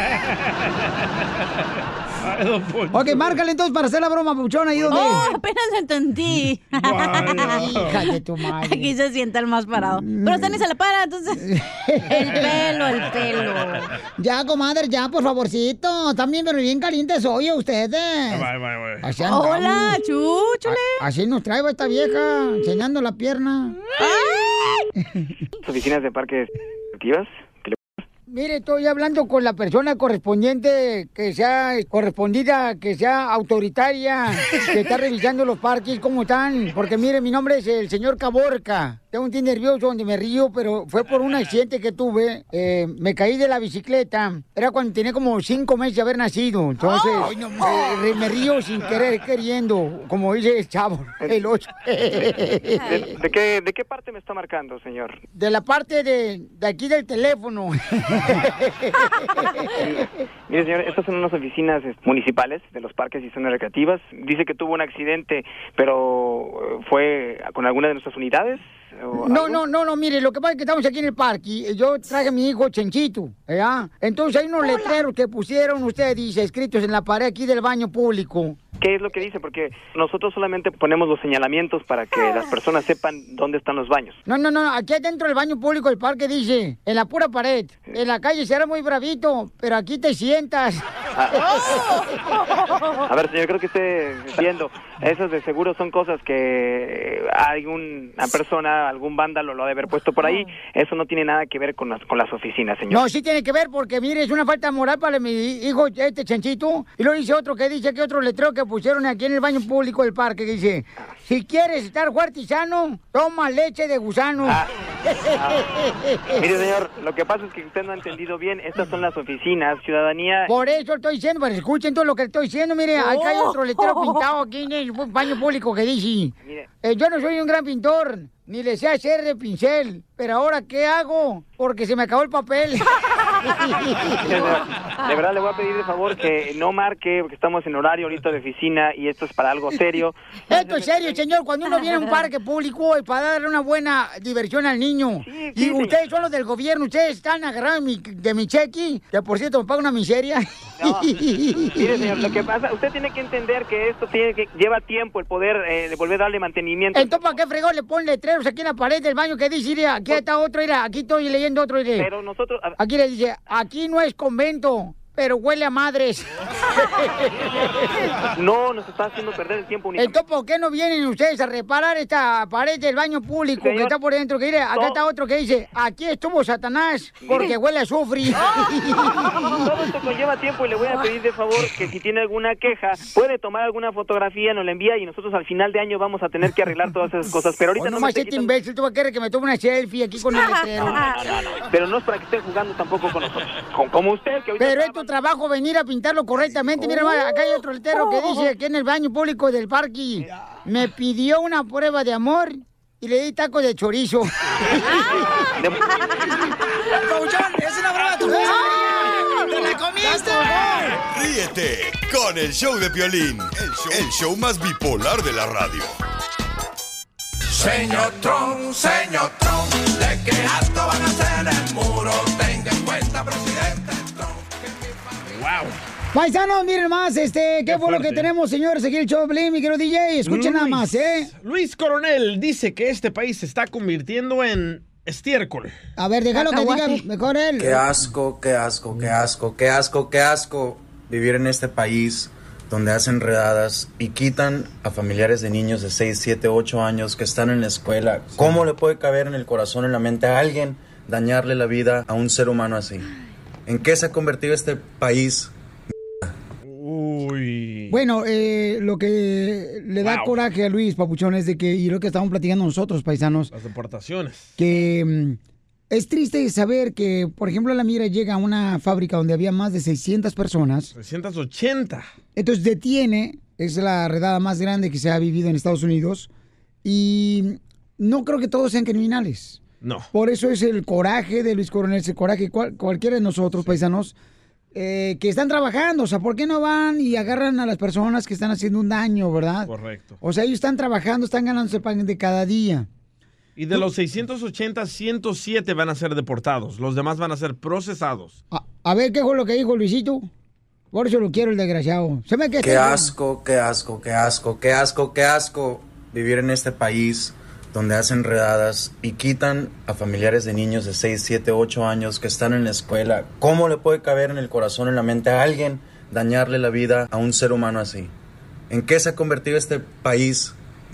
Ay, Don Poncho. Ok, márcale entonces para hacer la broma, Puchón, ahí donde... Oh, apenas entendí. Hija de tu madre. Aquí se sienta el más parado. Pero usted ni se le para, entonces. El pelo, el pelo. Ya, comadre, ya, por favorcito. También, pero bien calientes hoy ustedes. Bye, bye, bye. Así andamos. Hola, chúchule. A- Así nos trae esta vieja, enseñando la pierna. Oficinas de parques activas. Mire, estoy hablando con la persona correspondiente, que sea correspondida, que sea autoritaria, que está revisando los parques, cómo están. Porque mire, mi nombre es el señor Caborca. Tengo un tío nervioso donde me río, pero fue por un accidente que tuve. Eh, me caí de la bicicleta. Era cuando tenía como cinco meses de haber nacido. Entonces, eh, me río sin querer, queriendo, como dice el chavo, el ocho. ¿De, de qué, ¿De qué parte me está marcando, señor? De la parte de, de aquí del teléfono. Mire, señor, estas son unas oficinas eh, municipales de los parques y zonas recreativas. Dice que tuvo un accidente, pero eh, ¿fue con alguna de nuestras unidades? ¿O No, algo? no, no, no, mire, lo que pasa es que estamos aquí en el parque y yo traje a mi hijo Chenchito, ¿verdad? Entonces hay unos letreros que pusieron ustedes, dice, escritos en la pared aquí del baño público. ¿Qué es lo que dice? Porque nosotros solamente ponemos los señalamientos para que las personas sepan dónde están los baños. No, no, no, aquí adentro del baño público del parque dice, en la pura pared, en la calle será muy bravito, pero aquí te sientas. A ver, señor, creo que esté viendo. Esas de seguro son cosas que hay una persona, algún vándalo lo ha de haber puesto por ahí. Eso no tiene nada que ver con las, con las oficinas, señor. No, sí tiene que ver porque, mire, es una falta moral para mi hijo, este Chanchito. Y luego dice otro que dice que otro letrero que pusieron aquí en el baño público del parque, que dice, si quieres estar fuerte y sano, toma leche de gusano. Ah, Mire, señor, lo que pasa es que usted no ha entendido bien. Estas son las oficinas, ciudadanía. Por eso estoy diciendo, pero escuchen todo lo que estoy diciendo. Mire, acá hay otro letrero pintado aquí en el baño público que dice: eh, yo no soy un gran pintor, ni le sé hacer de pincel, pero ahora ¿qué hago? Porque se me acabó el papel. De verdad le voy a pedir de favor que no marque, porque estamos en horario ahorita de oficina y esto es para algo serio. Esto es serio, señor. Cuando uno viene a un parque público es para darle una buena diversión al niño. Sí, y sí, ustedes sí. son los del gobierno, ustedes están agarrados de mi, de mi cheque, que por cierto me paga una miseria. No. Mire, señor, lo que pasa, usted tiene que entender que esto tiene que lleva tiempo el poder eh, de volver a darle mantenimiento. Entonces, ¿para qué fregón le ponen letreros aquí en la pared del baño que dice, mira, aquí está otro, mira, aquí estoy leyendo otro, mire. Pero nosotros... Aquí le dice, aquí no es convento, pero huele a madres. No, nos está haciendo perder el tiempo únicamente. Entonces, ¿por qué no vienen ustedes a reparar esta pared del baño público Señor, que está por dentro? Que mire, acá no. está otro que dice, aquí estuvo Satanás, porque huele a azufre. Todo esto conlleva tiempo y le voy a pedir de favor que si tiene alguna queja, puede tomar alguna fotografía, nos la envía y nosotros al final de año vamos a tener que arreglar todas esas cosas. Pero ahorita Oh, no no me más esté este quitando- imbécil, tú vas a querer que me tome una selfie aquí con el letrero. No, no, no, no, pero no es para que estén jugando tampoco con nosotros. Con- Como usted, que ahorita Pero está- es tu trabajo venir a pintarlo correctamente. Mira, hermano, acá hay otro letrero que dice aquí en el baño público del parque. Me pidió una prueba de amor y le di tacos de chorizo. Pabuchón, es una broma de tu vida. ¡Te la comiste! Ríete con el show de Piolín, el show, el show más bipolar de la radio. Señor Trump, señor Trump, de qué alto van a hacer el muro. Tenga en cuenta, presidente Trump. Wow. Paisanos, miren más, este, ¿qué, fue lo que tenemos, señores? Aquí el show de Piolín, mi querido D J. Escuchen nada más, ¿eh? Luis Coronel dice que este país se está convirtiendo en estiércol. A ver, déjalo que diga mejor él. Qué asco, qué asco, qué asco, qué asco, qué asco vivir en este país donde hacen redadas y quitan a familiares de niños de seis, siete, ocho años que están en la escuela. ¿Cómo le puede caber en el corazón, en la mente a alguien dañarle la vida a un ser humano así? ¿En qué se ha convertido este país? Uy. Bueno, eh, lo que le da Wow. coraje a Luis, papuchón, es de que, y lo que estamos platicando nosotros, paisanos, Las deportaciones. que mm, es triste saber que, por ejemplo, la Mira llega a una fábrica donde había más de seiscientas personas. trescientos ochenta. Entonces detiene, es la redada más grande que se ha vivido en Estados Unidos, y no creo que todos sean criminales. No. Por eso es el coraje de Luis Coronel, ese coraje cual, cualquiera de nosotros, paisanos, eh, que están trabajando. O sea, ¿por qué no van y agarran a las personas que están haciendo un daño, verdad? Correcto. O sea, ellos están trabajando, están ganándose el pan de cada día. Y de los seiscientos ochenta, ciento siete van a ser deportados. Los demás van a ser procesados. A, a ver, ¿qué fue lo que dijo Luisito? Por eso lo quiero, el desgraciado. Se me que Qué asco, qué asco, qué asco, qué asco, qué asco vivir en este país donde hacen redadas y quitan a familiares de niños de seis, siete, ocho años que están en la escuela. ¿Cómo le puede caber en el corazón, en la mente a alguien dañarle la vida a un ser humano así? ¿En qué se ha convertido este país?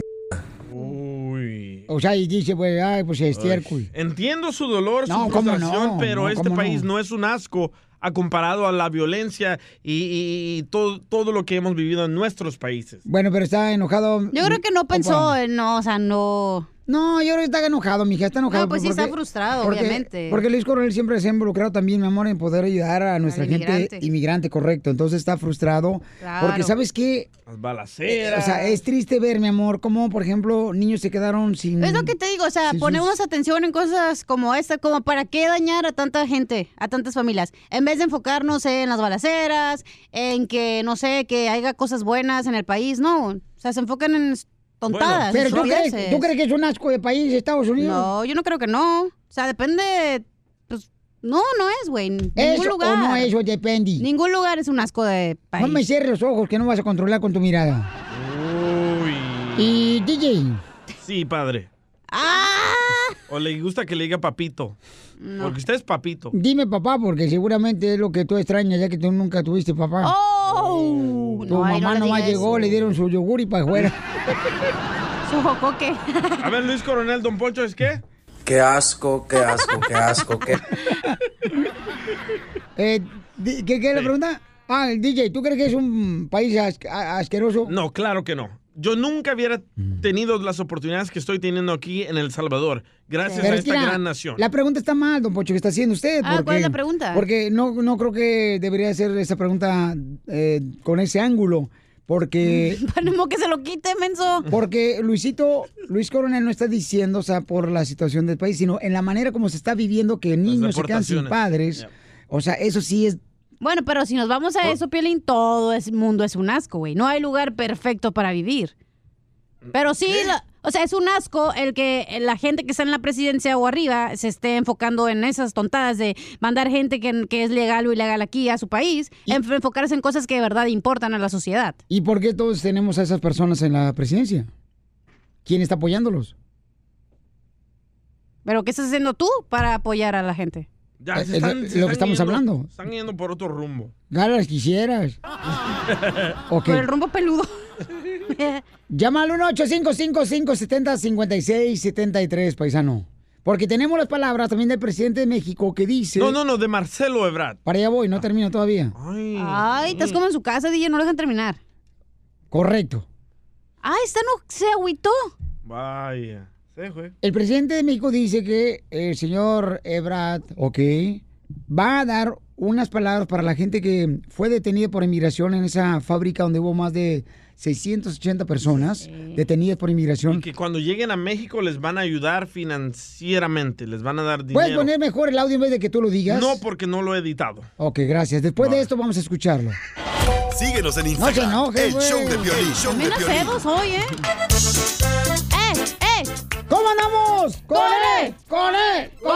Uy. O sea, y dice, pues, ay, pues estiércol. Entiendo su dolor, No, su ¿cómo frustración, no? pero No, este ¿cómo país no? no es un asco a comparado a la violencia y, y- y todo, todo lo que hemos vivido en nuestros países. Bueno, pero está enojado. Yo creo que no pensó, en- no, o sea, no... No, yo creo que está enojado, mija, está enojado. No, pues sí está frustrado, porque- obviamente. Porque Luis Coronel siempre se ha involucrado también, mi amor, en poder ayudar a nuestra Al gente inmigrante. inmigrante, correcto. Entonces está frustrado. Claro. Porque, ¿sabes qué? Las Eh, balaceras. o sea, es triste ver, mi amor, cómo, por ejemplo, niños se quedaron sin... Es lo que te digo, o sea, sin ponemos sus- atención en cosas como esta, como para qué dañar a tanta gente, a tantas familias, en vez de enfocarnos en las balaceras, en que, no sé, que haya cosas buenas en el país, no, o sea, se enfocan en tontadas. Pero ¿tú crees, estupideces. ¿tú crees que es un asco de país Estados Unidos? No, yo no creo que no, o sea, depende, pues, no, no es, güey, ningún ¿Eso lugar. o no eso depende? Ningún lugar es un asco de país. No me cierres los ojos que no vas a controlar con tu mirada. Uy. Y D J. Sí, padre. ¡Ah! O le gusta que le diga papito. Porque usted es papito. Dime papá, porque seguramente es lo que tú extrañas, ya que tú nunca tuviste papá. ¡Oh! Tu No, ay, no mamá le nomás diga llegó, eso. le dieron su yogur y para afuera. Su jocoque. A ver, Luis Coronel, Don Poncho, ¿es qué? Qué asco, qué asco, qué asco, qué... eh, di- ¿Qué, qué es la pregunta? Ah, el D J, ¿tú crees que es un país as- a- asqueroso? No, claro que no. yo nunca hubiera tenido las oportunidades que estoy teniendo aquí en El Salvador, gracias Pero a es que esta la- gran nación. La pregunta está mal, don Pocho, que está haciendo usted. Ah, porque, ¿cuál es la pregunta? Porque no, no creo que debería hacer esa pregunta eh, con ese ángulo. Porque. Ponemos que se lo quite, menso. Porque Luisito, Luis Coronel no está diciendo, o sea, por la situación del país, sino en la manera como se está viviendo que niños se quedan sin deportaciones. padres. Yeah. O sea, eso sí es. Bueno, pero si nos vamos a eso, Piolín, todo el mundo es un asco, güey. No hay lugar perfecto para vivir. Pero sí, la- o sea, es un asco el que la gente que está en la presidencia o arriba se esté enfocando en esas tontadas de mandar gente que, que es legal o ilegal aquí a su país, en enfocarse en cosas que de verdad importan a la sociedad. ¿Y por qué todos tenemos a esas personas en la presidencia? ¿Quién está apoyándolos? ¿Pero qué estás haciendo tú para apoyar a la gente? Ya, Es se lo- están, es se lo que están estamos yendo- hablando. Están yendo por otro rumbo. Ganas quisieras. Ok. Por el rumbo peludo. Llama al uno ocho cinco cinco, cinco siete cero, cinco seis siete tres, paisano. Porque tenemos las palabras también del presidente de México que dice... No, no, no, de Marcelo Ebrard. Para allá voy, no termino todavía. Ay, estás como en su casa, D J, no lo dejan terminar. Correcto. Ay, esta no se agüitó. Vaya. Se fue. El presidente de México dice que el señor Ebrard, ok, va a dar unas palabras para la gente que fue detenida por inmigración en esa fábrica donde hubo más de seiscientas ochenta personas detenidas por inmigración. Que cuando lleguen a México les van a ayudar financieramente, les van a dar dinero. ¿Puedes poner mejor el audio en vez de que tú lo digas? No, porque no lo he editado. Ok, gracias. Después de esto vamos a escucharlo. Síguenos en No se Instagram, enoje, el güey. show de Piolín. Show de Menos Piolín. cedos hoy, ¿eh? ¡Eh, eh! ¿Cómo andamos? ¡Con él! ¡Con él! ¡Con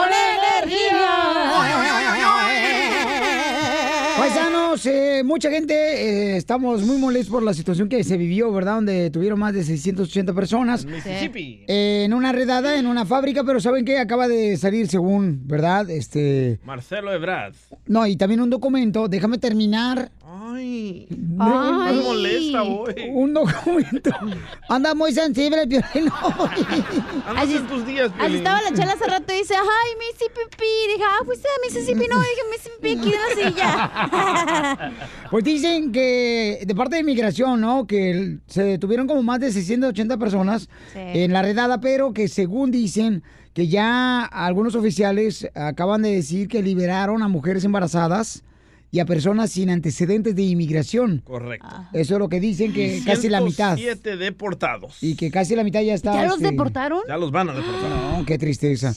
energía! Paisanos, eh, mucha gente, eh, estamos muy molestos por la situación que se vivió, ¿verdad? Donde tuvieron más de seiscientas ochenta personas. Mississippi. eh, en una redada, en una fábrica, pero ¿saben qué? Acaba de salir según, ¿verdad? Este... Marcelo Ebrard. No, y también un documento, déjame terminar. Ay. Ay. Me molesta hoy. Un documento. Anda muy sensible, Piolín. Andas en tus días, Así Piolín. estaba la chela hace rato y dice, ay, Mississippi. Dije, ah, fuiste a Mississippi. No, dije, Mississippi aquí en la silla. Pues dicen que de parte de inmigración, ¿no? Que el- se detuvieron como más de seiscientas ochenta personas Sí. en la redada, pero que según dicen que ya algunos oficiales acaban de decir que liberaron a mujeres embarazadas y a personas sin antecedentes de inmigración. Correcto. Eso es lo que dicen, que casi la mitad. ciento siete deportados. Y que casi la mitad ya está... ¿Ya los este, deportaron? Ya los van a deportar. No, qué tristeza.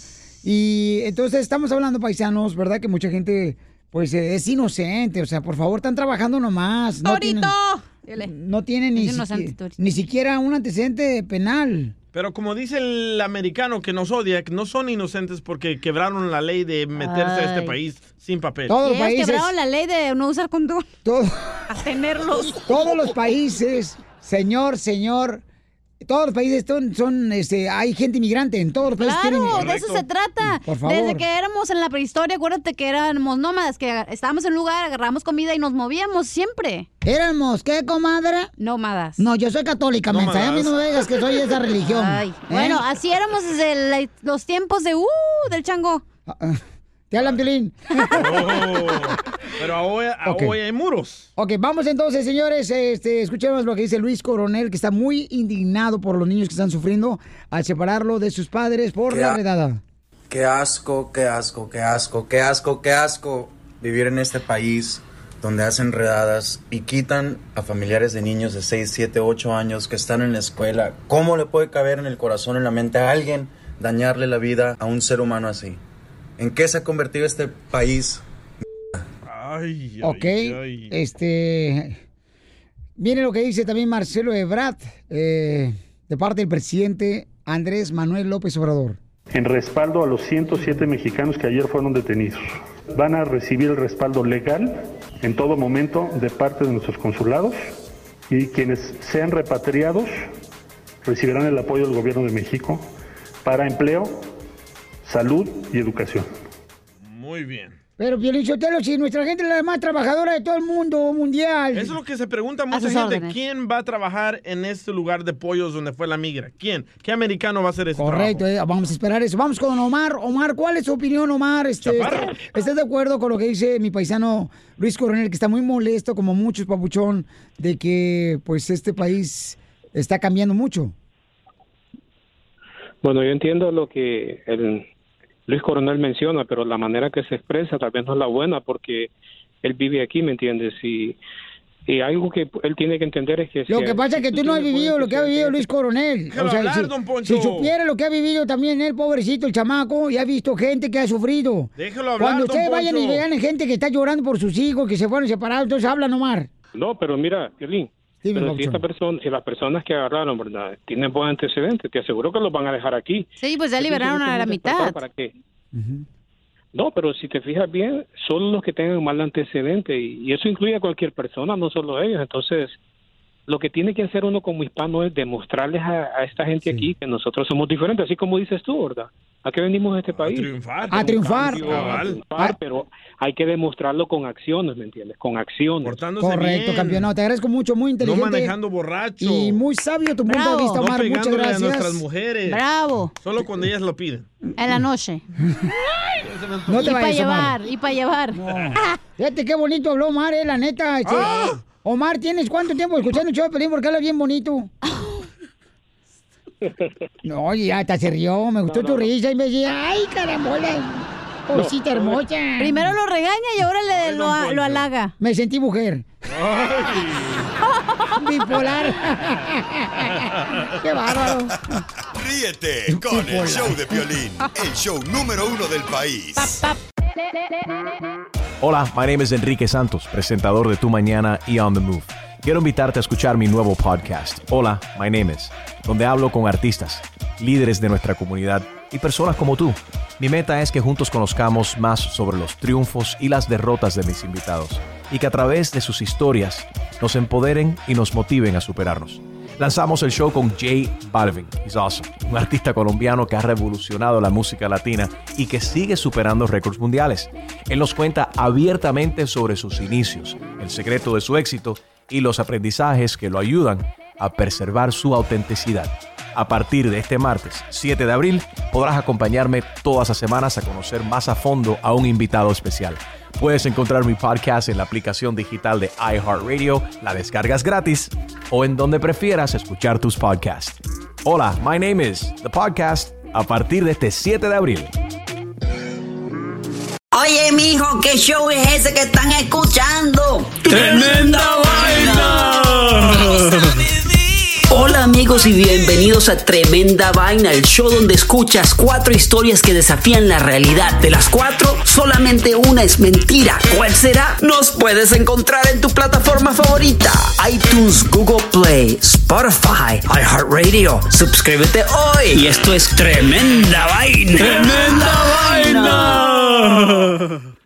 Y entonces estamos hablando, paisanos, ¿verdad? Que mucha gente, pues, eh, es inocente. O sea, por favor, están trabajando nomás. No tienen, Dile. no tienen ni, Es inocente, siqui- Torito. ni siquiera un antecedente penal. Pero como dice el americano que nos odia, que no son inocentes porque quebraron la ley de meterse a este Ay. país sin papel. Todos Y los ellos países, quebraron la ley de no usar condón. todo- A tenerlos. todos los países, señor, señor, todos los países son, son, este, hay gente inmigrante en todos los países. Claro, tienen- de eso se trata. Por favor. Desde que éramos en la prehistoria, acuérdate que éramos nómadas, que agar- estábamos en un lugar, agarramos comida y nos movíamos siempre. ¿Éramos qué, comadre? Nómadas. No, yo soy católica, mensa. A mí no me digas que soy de esa religión. Ay, ¿eh? bueno, así éramos desde la- los tiempos de uh, del chango. ¿Te hablan, Piolín? Oh, pero ahora, Ok. ahora hay muros. Ok, vamos entonces, señores. Este, escuchemos lo que dice Luis Coronel, que está muy indignado por los niños que están sufriendo al separarlo de sus padres por Qué la a- redada. Qué asco, qué asco, qué asco, qué asco, qué asco vivir en este país donde hacen redadas y quitan a familiares de niños de seis, siete, ocho años que están en la escuela. ¿Cómo le puede caber en el corazón, en la mente a alguien dañarle la vida a un ser humano así? ¿En qué se ha convertido este país? Ay, ay, Ok, ay. este... Miren lo que dice también Marcelo Ebrard, eh, de parte del presidente Andrés Manuel López Obrador. En respaldo a los ciento siete mexicanos que ayer fueron detenidos. Van a recibir el respaldo legal en todo momento de parte de nuestros consulados y quienes sean repatriados recibirán el apoyo del gobierno de México para empleo, salud y educación. Muy bien. Pero, Piolín Sotelo, si nuestra gente es la más trabajadora de todo el mundo mundial. Eso es lo que se pregunta mucha sus gente. órdenes. ¿Quién va a trabajar en este lugar de pollos donde fue la migra? ¿Quién? ¿Qué americano va a hacer ese Correcto, eh, vamos a esperar eso. Vamos con Omar. Omar, ¿cuál es su opinión, Omar? Este, Chaparro. ¿estás, estás de acuerdo con lo que dice mi paisano Luis Coronel, que está muy molesto, como muchos, papuchón, de que pues este país está cambiando mucho. Bueno, yo entiendo lo que el Luis Coronel menciona, pero la manera que se expresa tal vez no es la buena porque él vive aquí, ¿me entiendes? Y, y algo que él tiene que entender es que... Lo si que pasa es que tú no has vivido lo que ha vivido Luis Coronel. Déjalo hablar, si, don Poncho. si supiera lo que ha vivido también él, pobrecito, el chamaco, y ha visto gente que ha sufrido. Déjalo hablar, Cuando don ustedes vayan y Poncho. vean gente que está llorando por sus hijos, que se fueron separados, entonces hablan, Omar. No, pero mira, Piolín, Dime, pero si, Papuchón. esta persona, si las personas que agarraron, ¿verdad?, tienen buen antecedente, te aseguro que los van a dejar aquí. Sí, pues ya Yo liberaron pienso que a la es mitad. ¿Para qué? No, pero si te fijas bien, solo los que tengan mal antecedente, y, y eso incluye a cualquier persona, no solo ellos. Entonces, lo que tiene que hacer uno como hispano es demostrarles a, a esta gente aquí que nosotros somos diferentes, así como dices tú, ¿verdad? ¿A qué venimos a este país? A triunfar. A triunfar. A triunfar, pero hay que demostrarlo con acciones, ¿me entiendes? Con acciones. Correcto, campeón. No, te agradezco mucho, muy inteligente. manejando borracho. Y muy sabio tu punto Bravo. de vista, No Omar. Muchas pegándole a gracias. nuestras mujeres. Bravo. Solo cuando ellas lo piden. En la noche. No te y para vayas, Omar. llevar, y para llevar. Fíjate qué bonito habló Omar, eh, la neta. este, Omar, ¿tienes cuánto tiempo escuchando el show de Pelín? Porque habla bien bonito. No, oye, ya hasta se rió. Me gustó No, tu no, no. risa. Y me decía, ay, carambola. Cosita hermosa. Primero lo regaña y ahora le, lo, a- lo halaga. Me sentí mujer. Bipolar. Qué bárbaro. Ríete con el show de Piolín, el show número uno del país. Hola, my name is Enrique Santos, presentador de Tu Mañana y On The Move. Quiero invitarte a escuchar mi nuevo podcast, Hola, my name is, donde hablo con artistas, líderes de nuestra comunidad y personas como tú. Mi meta es que juntos conozcamos más sobre los triunfos y las derrotas de mis invitados y que a través de sus historias nos empoderen y nos motiven a superarnos. Lanzamos el show con J Balvin, he's awesome, un artista colombiano que ha revolucionado la música latina y que sigue superando récords mundiales. Él nos cuenta abiertamente sobre sus inicios, el secreto de su éxito y los aprendizajes que lo ayudan a preservar su autenticidad. A partir de este martes, siete de abril, podrás acompañarme todas las semanas a conocer más a fondo a un invitado especial. Puedes encontrar mi podcast en la aplicación digital de iHeartRadio, la descargas gratis, o en donde prefieras escuchar tus podcasts. Hola, my name is The Podcast, a partir de este siete de abril. Oye, mijo, ¿qué show es ese que están escuchando? ¡Tremenda Vaina! Hola amigos y bienvenidos a Tremenda Vaina, el show donde escuchas cuatro historias que desafían la realidad. De las cuatro, solamente una es mentira. ¿Cuál será? Nos puedes encontrar en tu plataforma favorita: iTunes, Google Play, Spotify, iHeartRadio. Suscríbete hoy. Y esto es Tremenda Vaina. ¡Tremenda Vaina!